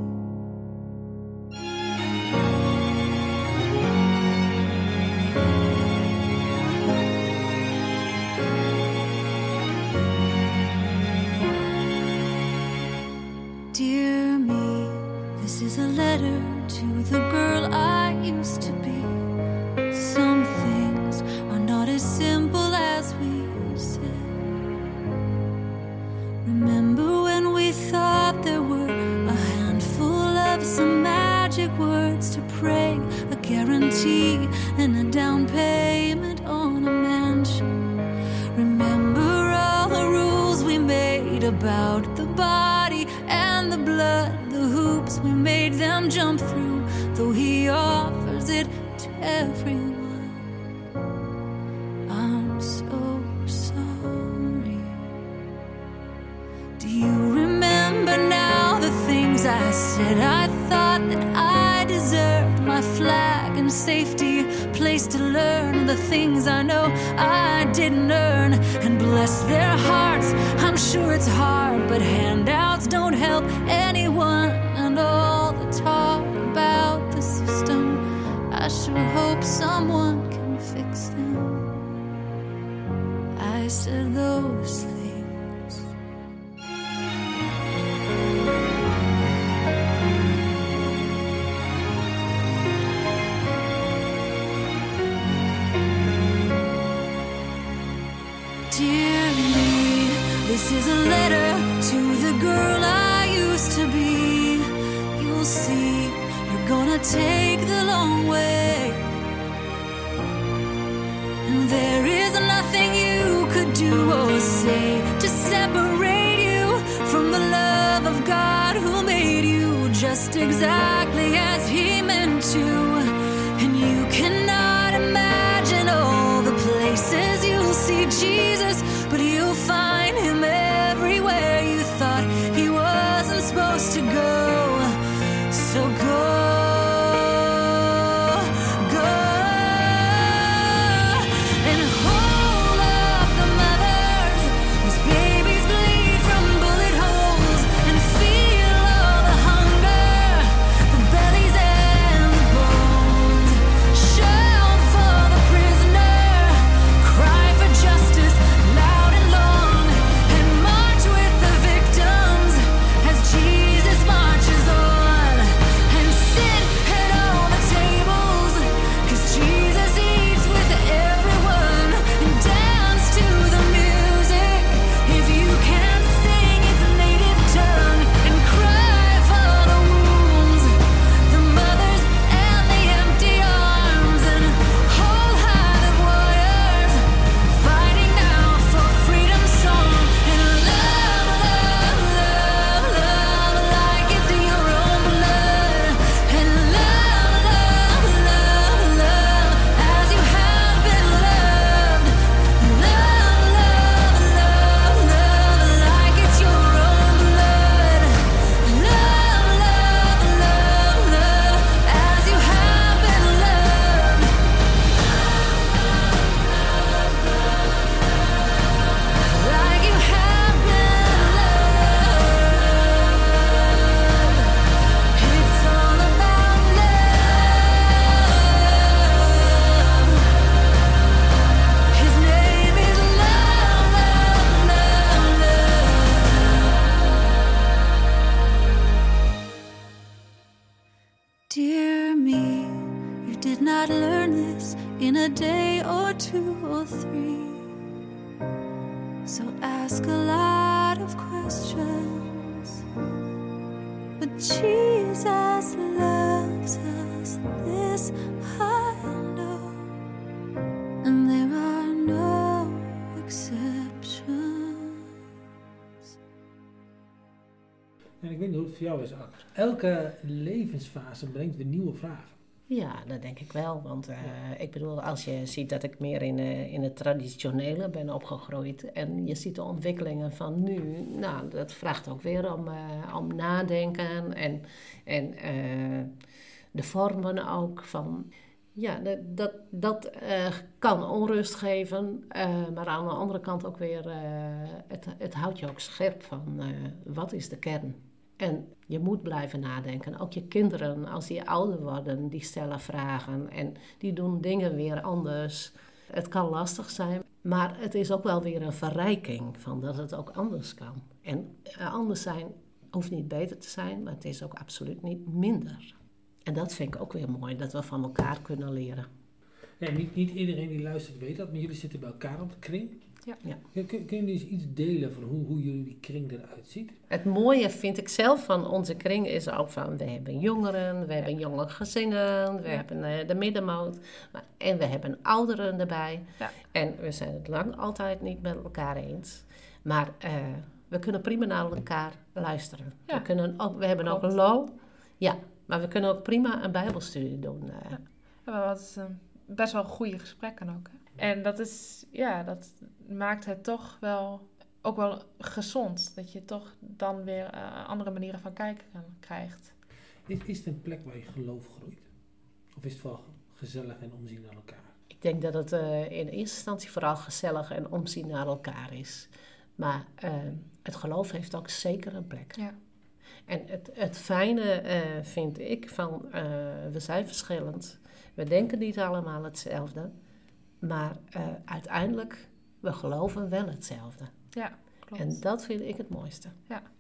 Dear me, this is a letter to the girl I used to be. Some things are not as simple as we said. Remember when we thought there were a handful of some magic words to pray, a guarantee and a down payment on a mansion. Remember all the rules we made about the body and the blood, the hoops we made them jump through, though he offers it to everyone. I'm so sorry. Do you remember now the things I said? I thought that I deserved my flag and safety, a place to learn the things I know I didn't earn. And bless their hearts, I'm sure it's hard, but handouts don't help anyone. And all the talk about the system, I sure hope someone can fix them. I said those things. Dear me, this is a letter to the girl I used to be. You'll see, you're gonna take the long way, and there is nothing you could do or say to separate you from the love of God who made you just exactly as He meant to. And you cannot imagine all the places you'll see Jesus, but you'll find Him everywhere you thought He wasn't supposed to go. So go, go, and hold up the mothers whose babies bleed from bullet holes, and feel all the hunger, the bellies and the bones. Shout for the prisoner, cry for justice loud and long, and march with the So ask a lot of questions, but Jesus loves us, this I know, and there are no exceptions.
En ik weet niet hoe het voor jou is, Ak. Elke levensfase brengt weer nieuwe vragen.
Ja, dat denk ik wel. Want uh, ik bedoel, als je ziet dat ik meer in, uh, in het traditionele ben opgegroeid en je ziet de ontwikkelingen van nu, nou, dat vraagt ook weer om, uh, om nadenken en, en uh, de vormen ook van. Ja, dat, dat, dat uh, kan onrust geven, uh, maar aan de andere kant ook weer, uh, het, het houdt je ook scherp van uh, wat is de kern. En je moet blijven nadenken. Ook je kinderen, als die ouder worden, die stellen vragen en die doen dingen weer anders. Het kan lastig zijn, maar het is ook wel weer een verrijking van dat het ook anders kan. En anders zijn hoeft niet beter te zijn, maar het is ook absoluut niet minder. En dat vind ik ook weer mooi, dat we van elkaar kunnen leren.
Ja, niet, niet iedereen die luistert weet dat, maar jullie zitten bij elkaar op de kring.
Ja.
Ja.
Kun, kun, kun je eens iets delen van hoe, hoe jullie die kring eruit ziet?
Het mooie vind ik zelf van onze kring is ook van, we hebben jongeren, we hebben jonge gezinnen, we
Ja.
hebben uh, de middenmoot maar, en we hebben ouderen erbij.
Ja.
En we zijn het lang altijd niet met elkaar eens. Maar uh, we kunnen prima naar elkaar luisteren.
Ja.
We, kunnen ook, we hebben ook
Klopt.
een low. Ja, maar we kunnen ook prima een bijbelstudie doen. Uh.
Ja. We hadden uh, best wel goede gesprekken ook. Hè? En dat is, ja, dat maakt het toch wel, ook wel gezond. Dat je toch dan weer uh, andere manieren van kijken krijgt.
Is, is het een plek waar je geloof groeit? Of is het wel gezellig en omzien naar elkaar?
Ik denk dat het uh, in eerste instantie vooral gezellig en omzien naar elkaar is. Maar uh, het geloof heeft ook zeker een plek.
Ja.
En het, het fijne uh, vind ik van, uh, we zijn verschillend. We denken niet allemaal hetzelfde. Maar uh, uiteindelijk, we geloven wel hetzelfde.
Ja, klopt.
En dat vind ik het mooiste.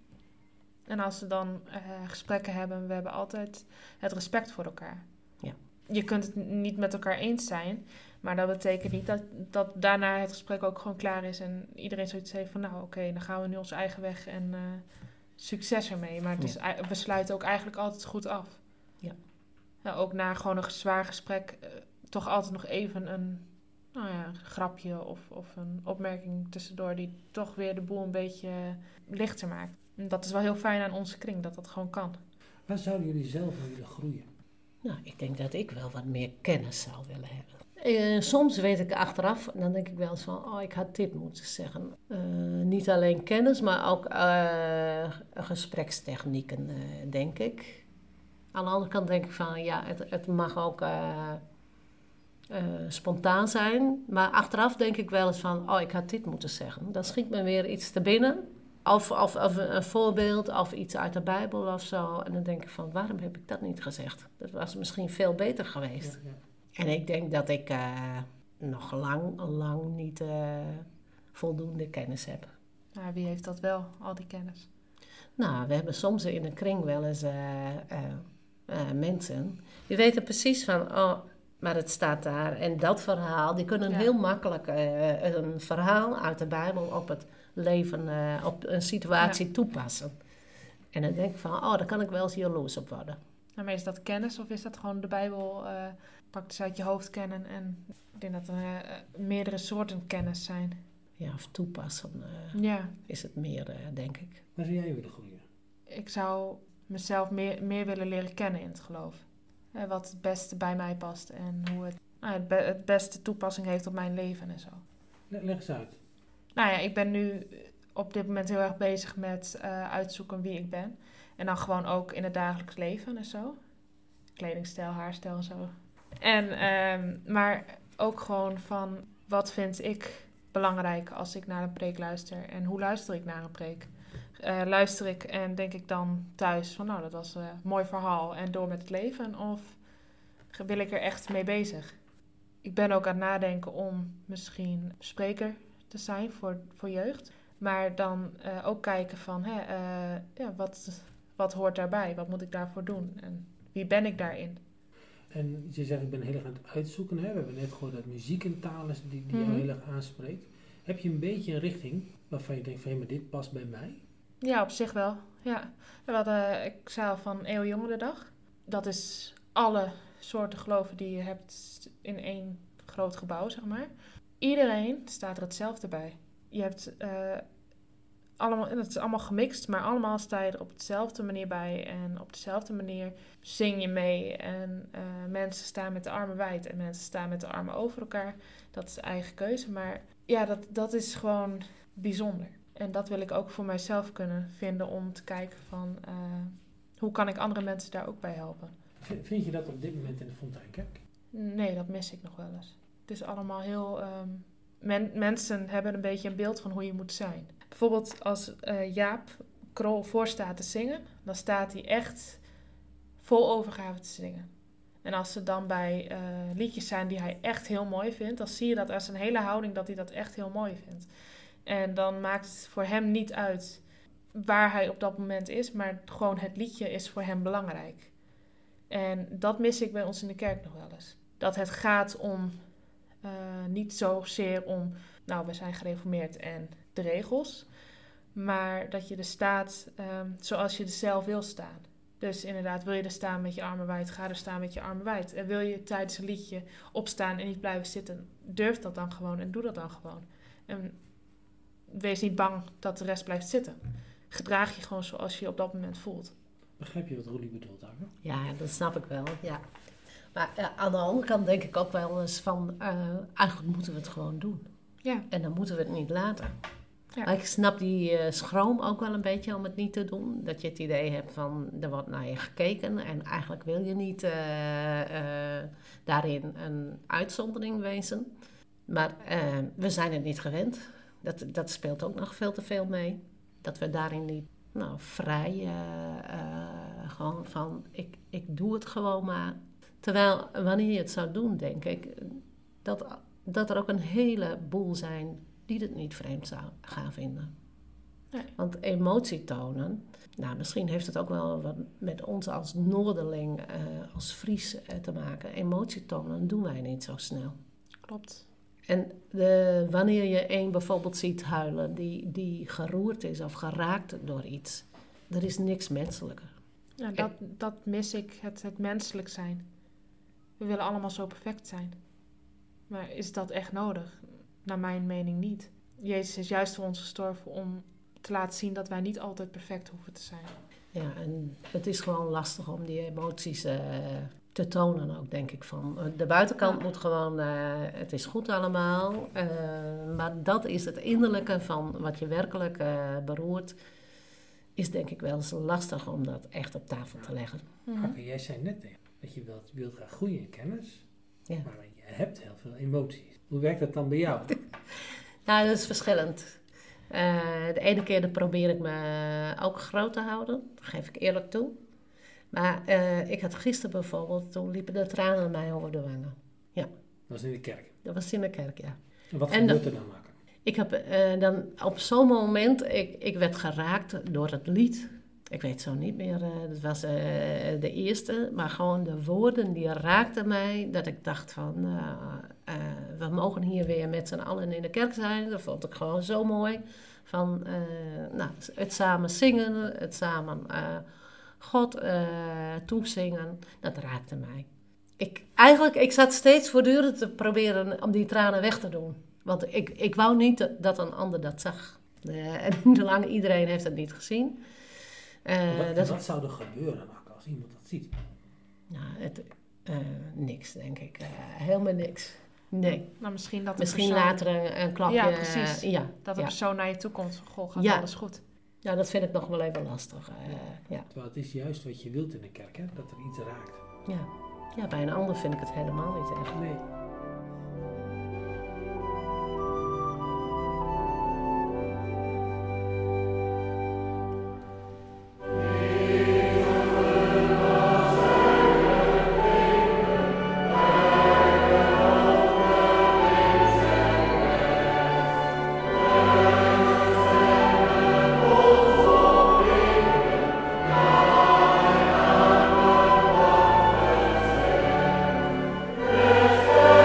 En als we dan uh, gesprekken hebben, we hebben altijd het respect voor elkaar.
Ja.
Je kunt het niet met elkaar eens zijn, maar dat betekent niet dat, dat daarna het gesprek ook gewoon klaar is en iedereen zoiets heeft van, nou oké, okay, dan gaan we nu onze eigen weg en uh, succes ermee. Maar het is,
Ja.
we sluiten ook eigenlijk altijd goed af.
Ja.
Nou, ook na gewoon een zwaar gesprek uh, toch altijd nog even een nou ja, grapje of, of een opmerking tussendoor die toch weer de boel een beetje lichter maakt. En dat is wel heel fijn aan onze kring, dat dat gewoon kan.
Waar zouden jullie zelf aan willen groeien?
Nou, ik denk dat ik wel wat meer kennis zou willen hebben. Uh, soms weet ik achteraf, dan denk ik wel eens van, oh, ik had dit moeten zeggen. Uh, niet alleen kennis, maar ook uh, gesprekstechnieken, uh, denk ik. Aan de andere kant denk ik van, ja, het, het mag ook uh, uh, spontaan zijn. Maar achteraf denk ik wel eens van, oh, ik had dit moeten zeggen. Dan schiet me weer iets te binnen. Of, of, of een voorbeeld, of iets uit de Bijbel of zo. En dan denk ik van, waarom heb ik dat niet gezegd? Dat was misschien veel beter geweest.
Ja, ja.
En ik denk dat ik uh, nog lang, lang niet uh, voldoende kennis heb.
Nou, wie heeft dat wel, al die kennis?
Nou, we hebben soms in een kring wel eens uh, uh, uh, mensen... die weten precies van, oh, maar het staat daar. En dat verhaal, die kunnen
Ja.
heel makkelijk uh, een verhaal uit de Bijbel op het leven, uh, op een situatie
Ja.
toepassen. En dan denk ik van, oh, daar kan ik wel eens jaloers op worden.
Nou, maar is dat kennis of is dat gewoon de Bijbel uh, praktisch uit je hoofd kennen? En ik denk dat er uh, meerdere soorten kennis zijn.
Ja, of toepassen uh,
Ja,
is het meer, uh, denk ik.
Waar zou jij willen groeien?
ik zou mezelf meer, meer willen leren kennen in het geloof. Uh, wat het beste bij mij past en hoe het, uh, het, be- het beste toepassing heeft op mijn leven en zo.
Le- Leg eens uit.
Nou ja, ik ben nu op dit moment heel erg bezig met uh, uitzoeken wie ik ben. En dan gewoon ook in het dagelijks leven en zo. Kledingstijl, haarstijl en zo. En, um, maar ook gewoon van, wat vind ik belangrijk als ik naar een preek luister? En hoe luister ik naar een preek? Uh, luister ik en denk ik dan thuis van, nou, dat was een mooi verhaal en door met het leven? Of wil ik er echt mee bezig? Ik ben ook aan het nadenken om misschien spreker te zijn voor, voor jeugd. Maar dan uh, ook kijken van, hè, uh, ja, wat, wat hoort daarbij? Wat moet ik daarvoor doen? En wie ben ik daarin?
En je zegt, ik ben heel erg aan het uitzoeken. Hè? We hebben net gehoord dat muziek een taal is die, die
Mhm.
jou heel erg aanspreekt. Heb je een beetje een richting waarvan je denkt van, hé, maar dit past bij mij?
Ja, op zich wel. Ja. We hadden, ik zei al van Eeuwjongerendag. Dat is alle soorten geloven die je hebt in één groot gebouw, zeg maar. Iedereen staat er hetzelfde bij. Je hebt uh, allemaal, het is allemaal gemixt, maar allemaal sta je er op dezelfde manier bij. En op dezelfde manier zing je mee. En uh, mensen staan met de armen wijd en mensen staan met de armen over elkaar. Dat is eigen keuze, maar ja, dat, dat is gewoon bijzonder. En dat wil ik ook voor mijzelf kunnen vinden om te kijken van uh, hoe kan ik andere mensen daar ook bij helpen.
Vind je dat op dit moment in de Fonteinkerk?
Nee, dat mis ik nog wel eens. Het is allemaal heel... Um, men, mensen hebben een beetje een beeld van hoe je moet zijn. Bijvoorbeeld als uh, Jaap Krol voor staat te zingen, dan staat hij echt vol overgave te zingen. En als er dan bij uh, liedjes zijn die hij echt heel mooi vindt, dan zie je dat uit zijn hele houding dat hij dat echt heel mooi vindt. En dan maakt het voor hem niet uit waar hij op dat moment is, maar gewoon het liedje is voor hem belangrijk. En dat mis ik bij ons in de kerk nog wel eens. Dat het gaat om, uh, niet zozeer om, nou, we zijn gereformeerd en de regels, maar dat je er staat um, zoals je er zelf wil staan. Dus inderdaad, wil je er staan met je armen wijd, ga er staan met je armen wijd. En wil je tijdens een liedje opstaan en niet blijven zitten, durf dat dan gewoon en doe dat dan gewoon. En wees niet bang dat de rest blijft zitten. Gedraag je gewoon zoals je je op dat moment voelt.
Begrijp je wat Roelie bedoelt, Anke?
Ja, dat snap ik wel, ja. Maar uh, aan de andere kant denk ik ook wel eens van, uh, eigenlijk moeten we het gewoon doen.
Ja.
En dan moeten we het niet laten.
Ja.
Maar ik snap die uh, schroom ook wel een beetje om het niet te doen. Dat je het idee hebt van, er wordt naar je gekeken en eigenlijk wil je niet uh, uh, daarin een uitzondering wezen. Maar uh, we zijn het niet gewend. Dat, dat speelt ook nog veel te veel mee. Dat we daarin niet nou, vrij, uh, uh, gewoon van, ik, ik doe het gewoon maar. Terwijl, wanneer je het zou doen, denk ik, dat, dat er ook een heleboel zijn die het niet vreemd zou gaan vinden.
Nee.
Want emotie tonen, nou, misschien heeft het ook wel wat met ons als Noorderling, uh, als Fries uh, te maken. Emotie tonen doen wij niet zo snel.
Klopt.
En de, wanneer je een bijvoorbeeld ziet huilen die, die geroerd is of geraakt door iets, er is niks menselijker.
Ja, dat, dat mis ik, het, het menselijk zijn. We willen allemaal zo perfect zijn. Maar is dat echt nodig? Naar mijn mening niet. Jezus is juist voor ons gestorven om te laten zien dat wij niet altijd perfect hoeven te zijn.
Ja, en het is gewoon lastig om die emoties uh, te tonen ook, denk ik. Van. De buitenkant moet gewoon, uh, het is goed allemaal. Uh, maar dat is het innerlijke van wat je werkelijk uh, beroert. Is denk ik wel eens lastig om dat echt op tafel te leggen.
Mm-hmm.
Anke, jij zei net tegen dat je wilt, wilt graag groeien in kennis.
Ja.
Maar je hebt heel veel emoties. Hoe werkt dat dan bij jou?
Nou, dat is verschillend. Uh, de ene keer dan probeer ik me ook groot te houden. Dat geef ik eerlijk toe. Maar uh, ik had gisteren bijvoorbeeld, toen liepen de tranen mij over de wangen. Ja.
Dat was in de kerk.
Dat was in de kerk, ja.
En wat
En
gebeurt er dan, Anke?
Ik heb uh, dan op zo'n moment, ik, ik werd geraakt door het lied. Ik weet zo niet meer, uh, dat was uh, de eerste. Maar gewoon de woorden die raakten mij. Dat ik dacht van, uh, uh, we mogen hier weer met z'n allen in de kerk zijn. Dat vond ik gewoon zo mooi. Van, uh, nou, het samen zingen, het samen uh, God uh, toezingen. Dat raakte mij. Ik, eigenlijk, ik zat steeds voortdurend te proberen om die tranen weg te doen. Want ik, ik wou niet dat, dat een ander dat zag. Uh, en zolang iedereen heeft het niet gezien. Uh,
wat,
dat,
wat zou er gebeuren, Anke, als iemand dat ziet?
Nou, het, uh, niks, denk ik. Uh, helemaal niks. Nee.
Nou, misschien dat de
Misschien
persoon,
later een, een klapje.
Ja, precies.
Uh, ja,
dat de
ja.
persoon naar je toe komt van, goh, gaat
Ja.
alles goed?
Ja, dat vind ik nog wel even lastig. Uh, ja.
Terwijl het is juist wat je wilt in de kerk, hè? Dat er iets raakt.
Ja. Ja, bij een ander vind ik het helemaal niet echt.
Nee.
Yes,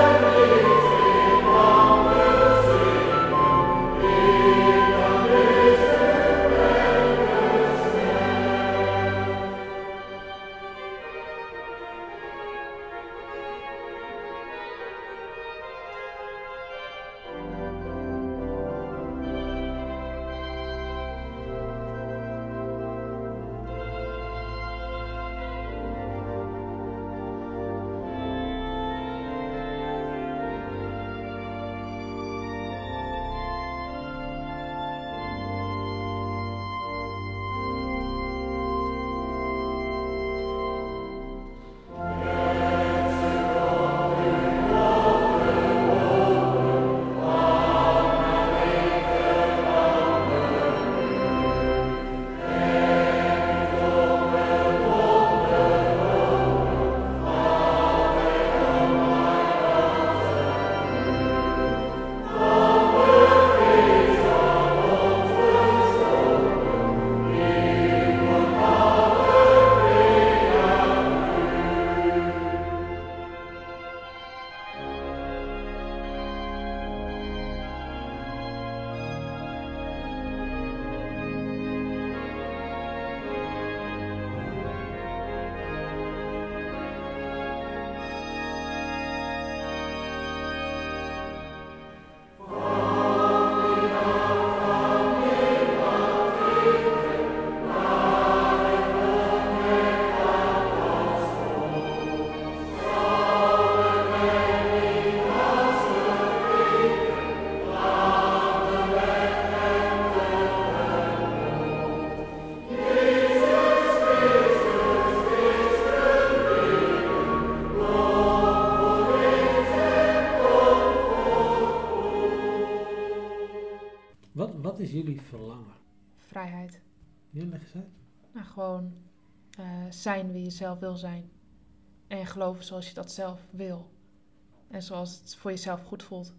Wat, wat is jullie verlangen?
Vrijheid.
Ja, leg eens uit.
Nou, gewoon uh, zijn wie je zelf wil zijn. En geloven zoals je dat zelf wil. En zoals het voor jezelf goed voelt.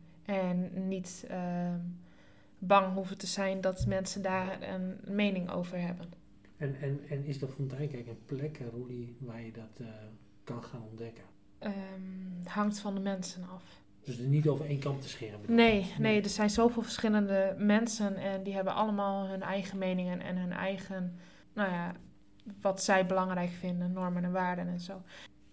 En niet uh, bang hoeven te zijn dat mensen daar een mening over hebben.
En, en, en is de Fonteinkerk een plek, Roelie, waar je dat uh, kan gaan ontdekken?
Um, het hangt van de mensen af.
Dus er niet over één kam te scheren?
Nee, nee, nee, er zijn zoveel verschillende mensen en die hebben allemaal hun eigen meningen en hun eigen, nou ja, wat zij belangrijk vinden, normen en waarden en zo.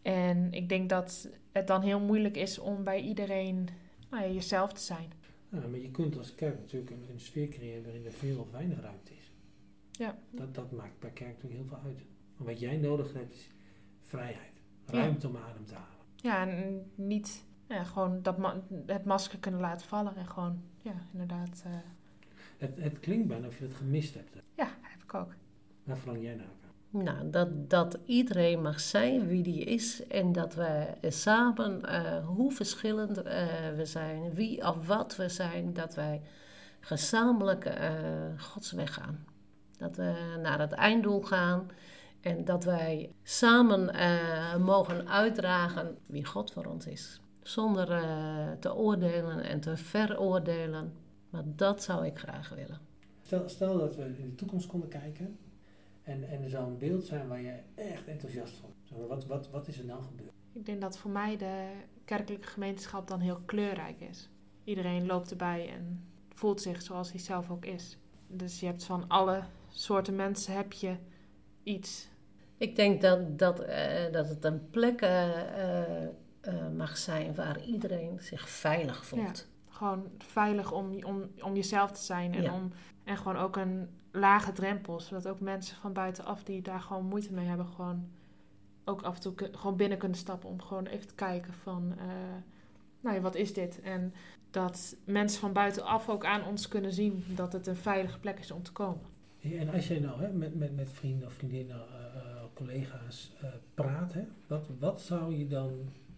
En ik denk dat het dan heel moeilijk is om bij iedereen nou ja, jezelf te zijn.
Ja, maar je kunt als kerk natuurlijk een, een sfeer creëren waarin er veel of weinig ruimte is.
Ja.
Dat, dat maakt bij kerk natuurlijk heel veel uit. Maar wat jij nodig hebt is vrijheid, ruimte ja. om adem te halen.
Ja, en niet ja, gewoon dat ma- het masker kunnen laten vallen en gewoon, ja, inderdaad. Uh...
Het, het klinkt bijna of je het gemist hebt. Hè?
Ja, heb ik ook.
Waar verlang jij naar?
Nou, dat, dat iedereen mag zijn wie die is en dat wij samen, uh, hoe verschillend uh, we zijn, wie of wat we zijn, dat wij gezamenlijk uh, Gods weg gaan. Dat we naar het einddoel gaan en dat wij samen uh, mogen uitdragen wie God voor ons is. Zonder uh, te oordelen en te veroordelen, maar dat zou ik graag willen.
Stel, stel dat we in de toekomst konden kijken. En, en er zou een beeld zijn waar je echt enthousiast van bent. Wat, wat, wat is er nou gebeurd?
Ik denk dat voor mij de kerkelijke gemeenschap dan heel kleurrijk is. Iedereen loopt erbij en voelt zich zoals hij zelf ook is. Dus je hebt van alle soorten mensen heb je iets.
Ik denk dat, dat, uh, dat het een plek uh, uh, uh, mag zijn waar iedereen zich veilig voelt.
Ja, gewoon veilig om, om, om jezelf te zijn en,
ja.
om, en gewoon ook een lage drempel, zodat ook mensen van buitenaf die daar gewoon moeite mee hebben, gewoon ook af en toe k- gewoon binnen kunnen stappen om gewoon even te kijken van, uh, nou ja, wat is dit? En dat mensen van buitenaf ook aan ons kunnen zien dat het een veilige plek is om te komen.
Ja, en als jij nou hè, met, met, met vrienden of vriendinnen, uh, uh, collega's uh, praat, hè, wat, wat zou je dan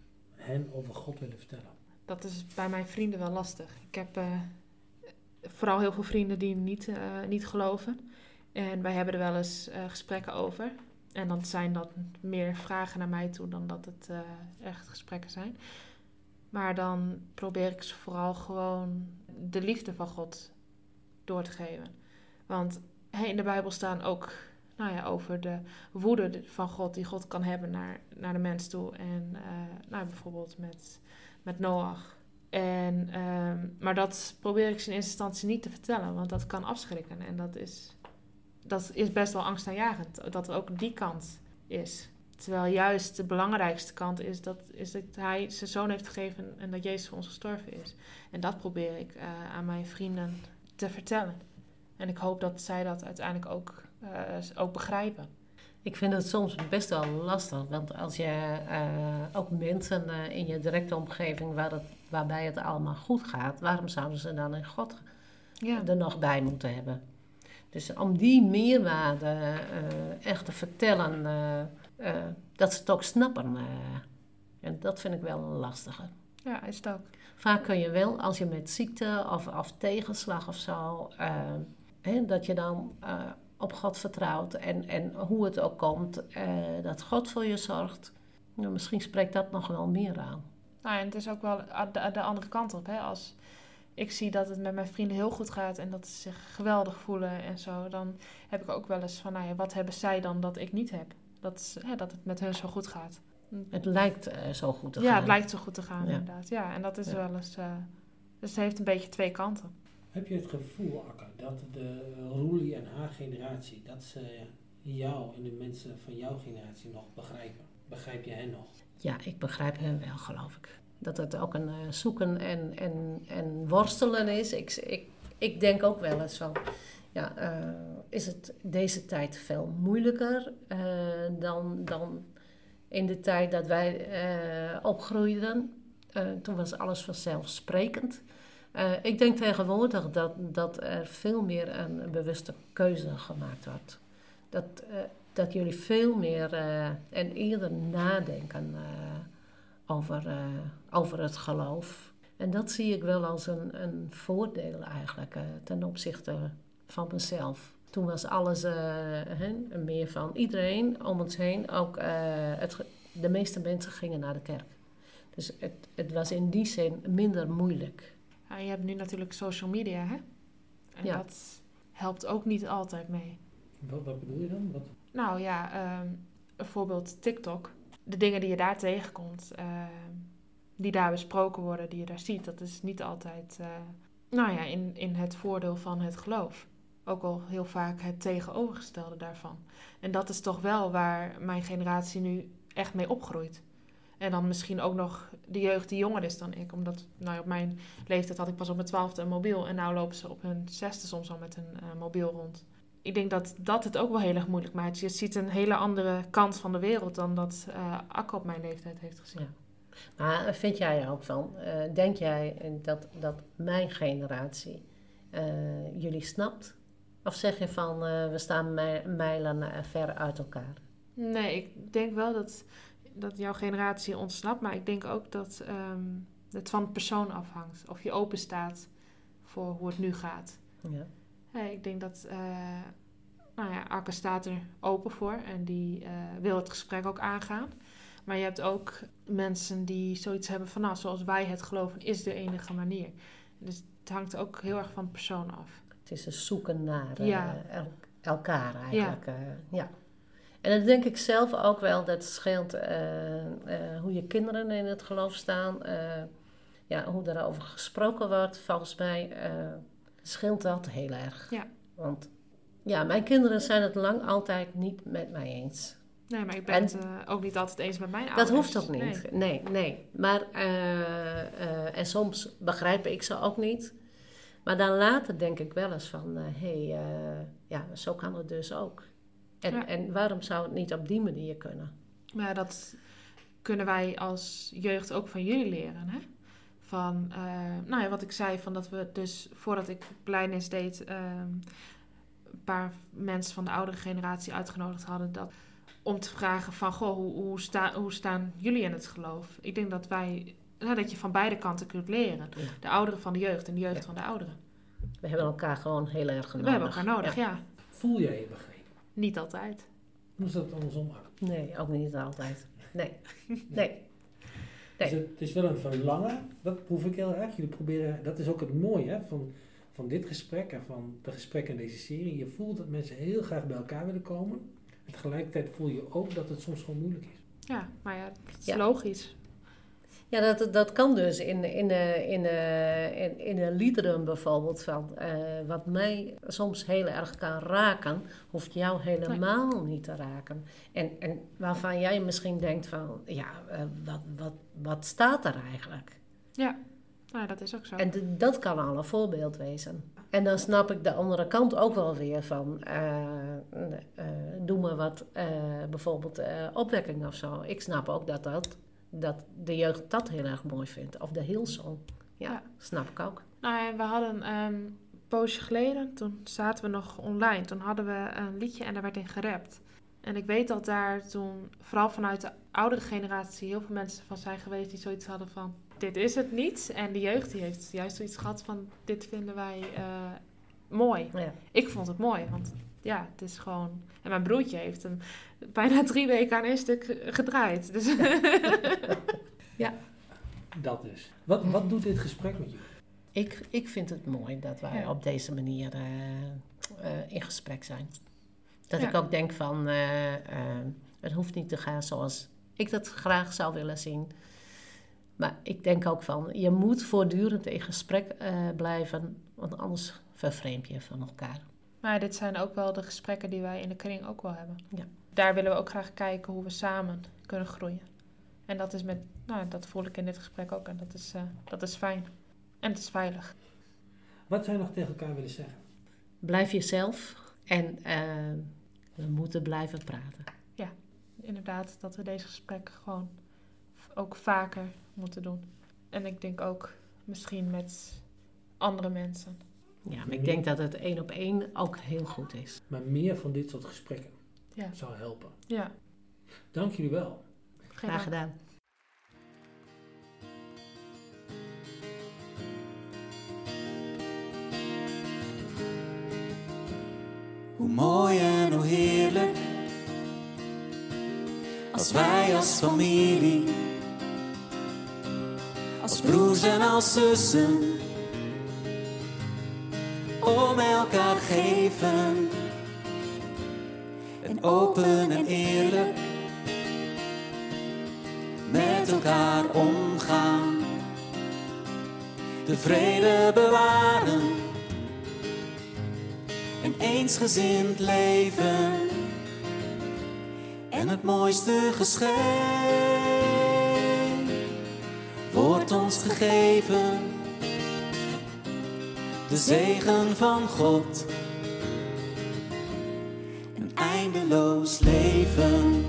hen over God willen vertellen?
Dat is bij mijn vrienden wel lastig. Ik heb uh, vooral heel veel vrienden die niet, uh, niet geloven. En wij hebben er wel eens uh, gesprekken over. En dan zijn dat meer vragen naar mij toe dan dat het uh, echt gesprekken zijn. Maar dan probeer ik ze vooral gewoon de liefde van God door te geven. Want hey, in de Bijbel staan ook nou ja, over de woede van God die God kan hebben naar, naar de mens toe. En uh, nou, bijvoorbeeld met, met Noach. En, um, maar dat probeer ik ze in eerste instantie niet te vertellen, want dat kan afschrikken. En dat is, dat is best wel angstaanjagend, dat er ook die kant is. Terwijl juist de belangrijkste kant is dat, is dat hij zijn zoon heeft gegeven en dat Jezus voor ons gestorven is. En dat probeer ik uh, aan mijn vrienden te vertellen. En ik hoop dat zij dat uiteindelijk ook, uh, ook begrijpen.
Ik vind het soms best wel lastig, want als je uh, ook mensen uh, in je directe omgeving waar het, waarbij het allemaal goed gaat, waarom zouden ze dan in God ja. er nog bij moeten hebben? Dus om die meerwaarde uh, echt te vertellen, uh, uh, dat ze het ook snappen. Uh, en dat vind ik wel een lastige.
Ja, is het ook.
Vaak kun je wel, als je met ziekte of, of tegenslag of zo, uh, hè, dat je dan uh, op God vertrouwt en, en hoe het ook komt, uh, dat God voor je zorgt. Nou, misschien spreekt dat nog wel meer aan.
Nou, en het is ook wel de, de andere kant op. Hè? Als ik zie dat het met mijn vrienden heel goed gaat en dat ze zich geweldig voelen en zo, dan heb ik ook wel eens van, nou ja, wat hebben zij dan dat ik niet heb? Dat, hè, dat het met hun zo goed gaat.
Het lijkt uh, zo goed te
ja,
gaan.
Ja, het lijkt zo goed te gaan,
ja.
inderdaad. Ja, en dat is
ja.
wel eens... Uh, dus het heeft een beetje twee kanten.
Heb je het gevoel, Akka, dat de Roelie en haar generatie, dat ze jou en de mensen van jouw generatie nog begrijpen? Begrijp je hen nog?
Ja, ik begrijp hen wel, geloof ik. Dat het ook een uh, zoeken en, en, en worstelen is. Ik, ik, ik denk ook wel eens van... Ja, uh, is het deze tijd veel moeilijker uh, dan... dan in de tijd dat wij uh, opgroeiden, uh, toen was alles vanzelfsprekend. Uh, ik denk tegenwoordig dat, dat er veel meer een bewuste keuze gemaakt wordt. Dat, uh, dat jullie veel meer uh, en eerder nadenken uh, over, uh, over het geloof. En dat zie ik wel als een, een voordeel eigenlijk uh, ten opzichte van mezelf. Toen was alles uh, hè, meer van iedereen om ons heen. Ook uh, het, de meeste mensen gingen naar de kerk. Dus het, het was in die zin minder moeilijk.
Ja, je hebt nu natuurlijk social media, hè? En
Ja.
dat helpt ook niet altijd mee.
Wat, wat bedoel je dan? Wat?
Nou ja, um, bijvoorbeeld TikTok. De dingen die je daar tegenkomt, uh, die daar besproken worden, die je daar ziet, dat is niet altijd uh, nou ja, in, in het voordeel van het geloof. Ook al heel vaak het tegenovergestelde daarvan. En dat is toch wel waar mijn generatie nu echt mee opgroeit. En dan misschien ook nog de jeugd die jonger is dan ik. Omdat nou, op mijn leeftijd had ik pas op mijn twaalfde een mobiel. En nu lopen ze op hun zesde soms al met een uh, mobiel rond. Ik denk dat dat het ook wel heel erg moeilijk maakt. Je ziet een hele andere kant van de wereld dan dat uh, Akke op mijn leeftijd heeft gezien.
Ja. Maar vind jij er ook van? Uh, denk jij dat, dat mijn generatie uh, jullie snapt? Of zeg je van uh, we staan mij- mijlen uh, ver uit elkaar?
Nee, ik denk wel dat, dat jouw generatie ontsnapt. Maar ik denk ook dat um, het van de persoon afhangt. Of je open staat voor hoe het nu gaat.
Ja.
Hey, ik denk dat uh, nou ja, Akke staat er open voor. En die uh, wil het gesprek ook aangaan. Maar je hebt ook mensen die zoiets hebben van... nou, zoals wij het geloven is de enige manier. Dus het hangt ook heel erg van de persoon af.
Het is een zoeken naar uh,
Ja.
el- elkaar eigenlijk. Ja. Uh, ja. En dat denk ik zelf ook wel. Dat scheelt uh, uh, hoe je kinderen in het geloof staan. Uh, ja, hoe daarover gesproken wordt. Volgens mij uh, scheelt dat heel erg.
Ja.
Want ja, mijn kinderen zijn het lang altijd niet met mij eens.
Nee, maar ik ben
En-
het uh, ook niet altijd eens met mijn ouders.
Dat hoeft ook niet.
Nee.
Nee, nee. Maar, uh, uh, en soms begrijp ik ze ook niet. Maar dan later denk ik wel eens van... hé, uh, hey, uh, ja, zo kan het dus ook. En,
Ja.
en waarom zou het niet op die manier kunnen?
Maar dat kunnen wij als jeugd ook van jullie leren, hè? Van, uh, nou ja, wat ik zei, van dat we dus voordat ik Blijnis deed... Uh, een paar mensen van de oudere generatie uitgenodigd hadden... Dat, om te vragen van, goh, hoe, hoe, sta, hoe staan jullie in het geloof? Ik denk dat wij... Nou, dat je van beide kanten kunt leren.
Ja.
De ouderen van de jeugd en de jeugd
Ja.
van de ouderen.
We hebben elkaar gewoon heel erg nodig.
We hebben elkaar nodig, ja.
Ja.
Voel jij je begrepen?
Niet altijd.
Hoe is dat andersom?
Nee, ook niet altijd. Nee, nee.
Dus
Nee.
het is wel een verlangen, dat proef ik heel erg. Jullie proberen, dat is ook het mooie hè, van, van dit gesprek en van de gesprekken in deze serie. Je voelt dat mensen heel graag bij elkaar willen komen. En tegelijkertijd voel je ook dat het soms gewoon moeilijk is.
Ja, maar ja, dat is
Ja.
logisch.
Ja, dat, dat kan dus in, in, in, in, in, in de liederen bijvoorbeeld. Van, uh, wat mij soms heel erg kan raken, hoeft jou helemaal niet te raken. En, en waarvan jij misschien denkt van, ja, uh, wat, wat, wat staat er eigenlijk?
Ja, nou, dat is ook zo.
En d- dat kan al een voorbeeld wezen. En dan snap ik de andere kant ook wel weer van, uh, uh, doe maar wat, uh, bijvoorbeeld uh, opwekking of zo. Ik snap ook dat, dat, dat de jeugd dat heel erg mooi vindt. Of de Hillsong. Ja,
Ja.
snap ik ook.
Nou, ja, we hadden um, een poosje geleden, toen zaten we nog online. Toen hadden we een liedje en daar werd in gerapt. En ik weet dat daar toen, vooral vanuit de oudere generatie, heel veel mensen van zijn geweest die zoiets hadden van, dit is het niet. En de jeugd die heeft juist zoiets gehad van, dit vinden wij uh, mooi.
Ja.
Ik vond het mooi, want ja, het is gewoon... En mijn broertje heeft hem bijna drie weken aan één stuk gedraaid. Dus
Dat dus. Wat, wat doet dit gesprek met jullie?
Ik, ik vind het mooi dat wij
Ja.
op deze manier uh, uh, in gesprek zijn. Dat
Ja.
ik ook denk van, uh, uh, het hoeft niet te gaan zoals ik dat graag zou willen zien. Maar ik denk ook van, je moet voortdurend in gesprek uh, blijven, want anders vervreemd je van elkaar.
Maar dit zijn ook wel de gesprekken die wij in de kring ook wel hebben.
Ja.
Daar willen we ook graag kijken hoe we samen kunnen groeien. En dat is met, nou, dat voel ik in dit gesprek ook. En dat is, uh, dat is fijn. En het is veilig.
Wat zou je nog tegen elkaar willen zeggen?
Blijf jezelf en uh, we moeten blijven praten.
Inderdaad, dat we deze gesprekken gewoon ook vaker moeten doen. En ik denk ook misschien met andere mensen.
Ja, maar ik denk dat het één op één ook heel goed is.
Maar meer van dit soort gesprekken
Ja.
zou helpen.
Ja.
Dank jullie wel.
Geen
Graag
dank.
gedaan.
Hoe mooi en hoe heerlijk, als wij als familie, als broers en als zussen, om elkaar geven. En open en eerlijk met elkaar omgaan. De vrede bewaren en eensgezind leven. En het mooiste geschenk wordt ons gegeven. De zegen van God. Een eindeloos leven.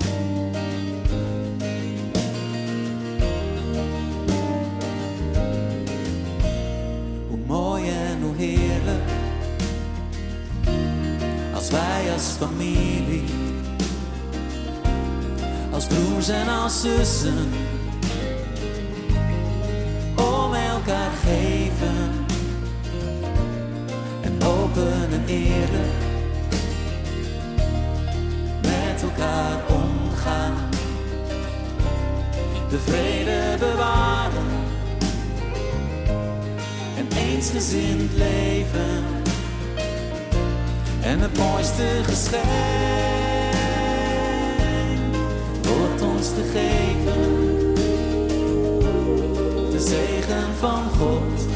Hoe mooi en hoe heerlijk, als wij als familie, als broers en als zussen, om elkaar geven. En open en eerlijk met elkaar omgaan. De vrede bewaren en eensgezind leven. En het mooiste geschenk wordt ons gegeven. De zegen van God.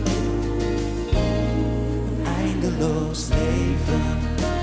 Een eindeloos leven.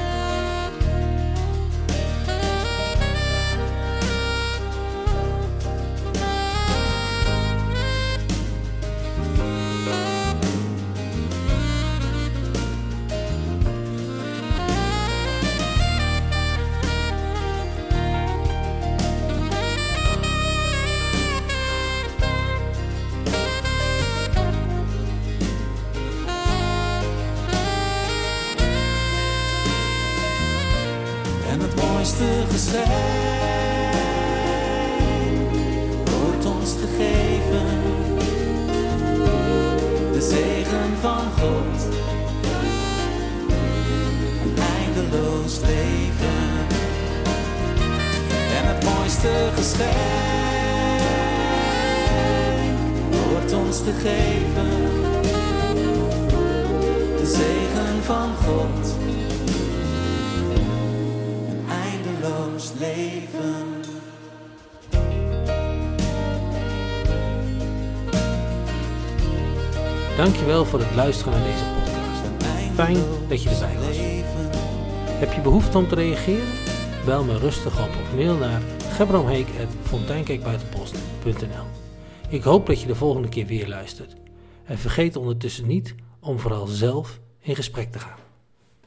En het mooiste geschenk wordt ons gegeven. De zegen van God. Een eindeloos leven. En het mooiste geschenk wordt ons gegeven. De zegen van God. Leven.
Dankjewel voor het luisteren naar deze podcast. Fijn dat je erbij was. Heb je behoefte om te reageren? Bel me rustig op of mail naar gebroomheek apenstaartje fonteinkerkbuitenpost punt n l. Ik hoop dat je de volgende keer weer luistert. En vergeet ondertussen niet om vooral zelf in gesprek te gaan.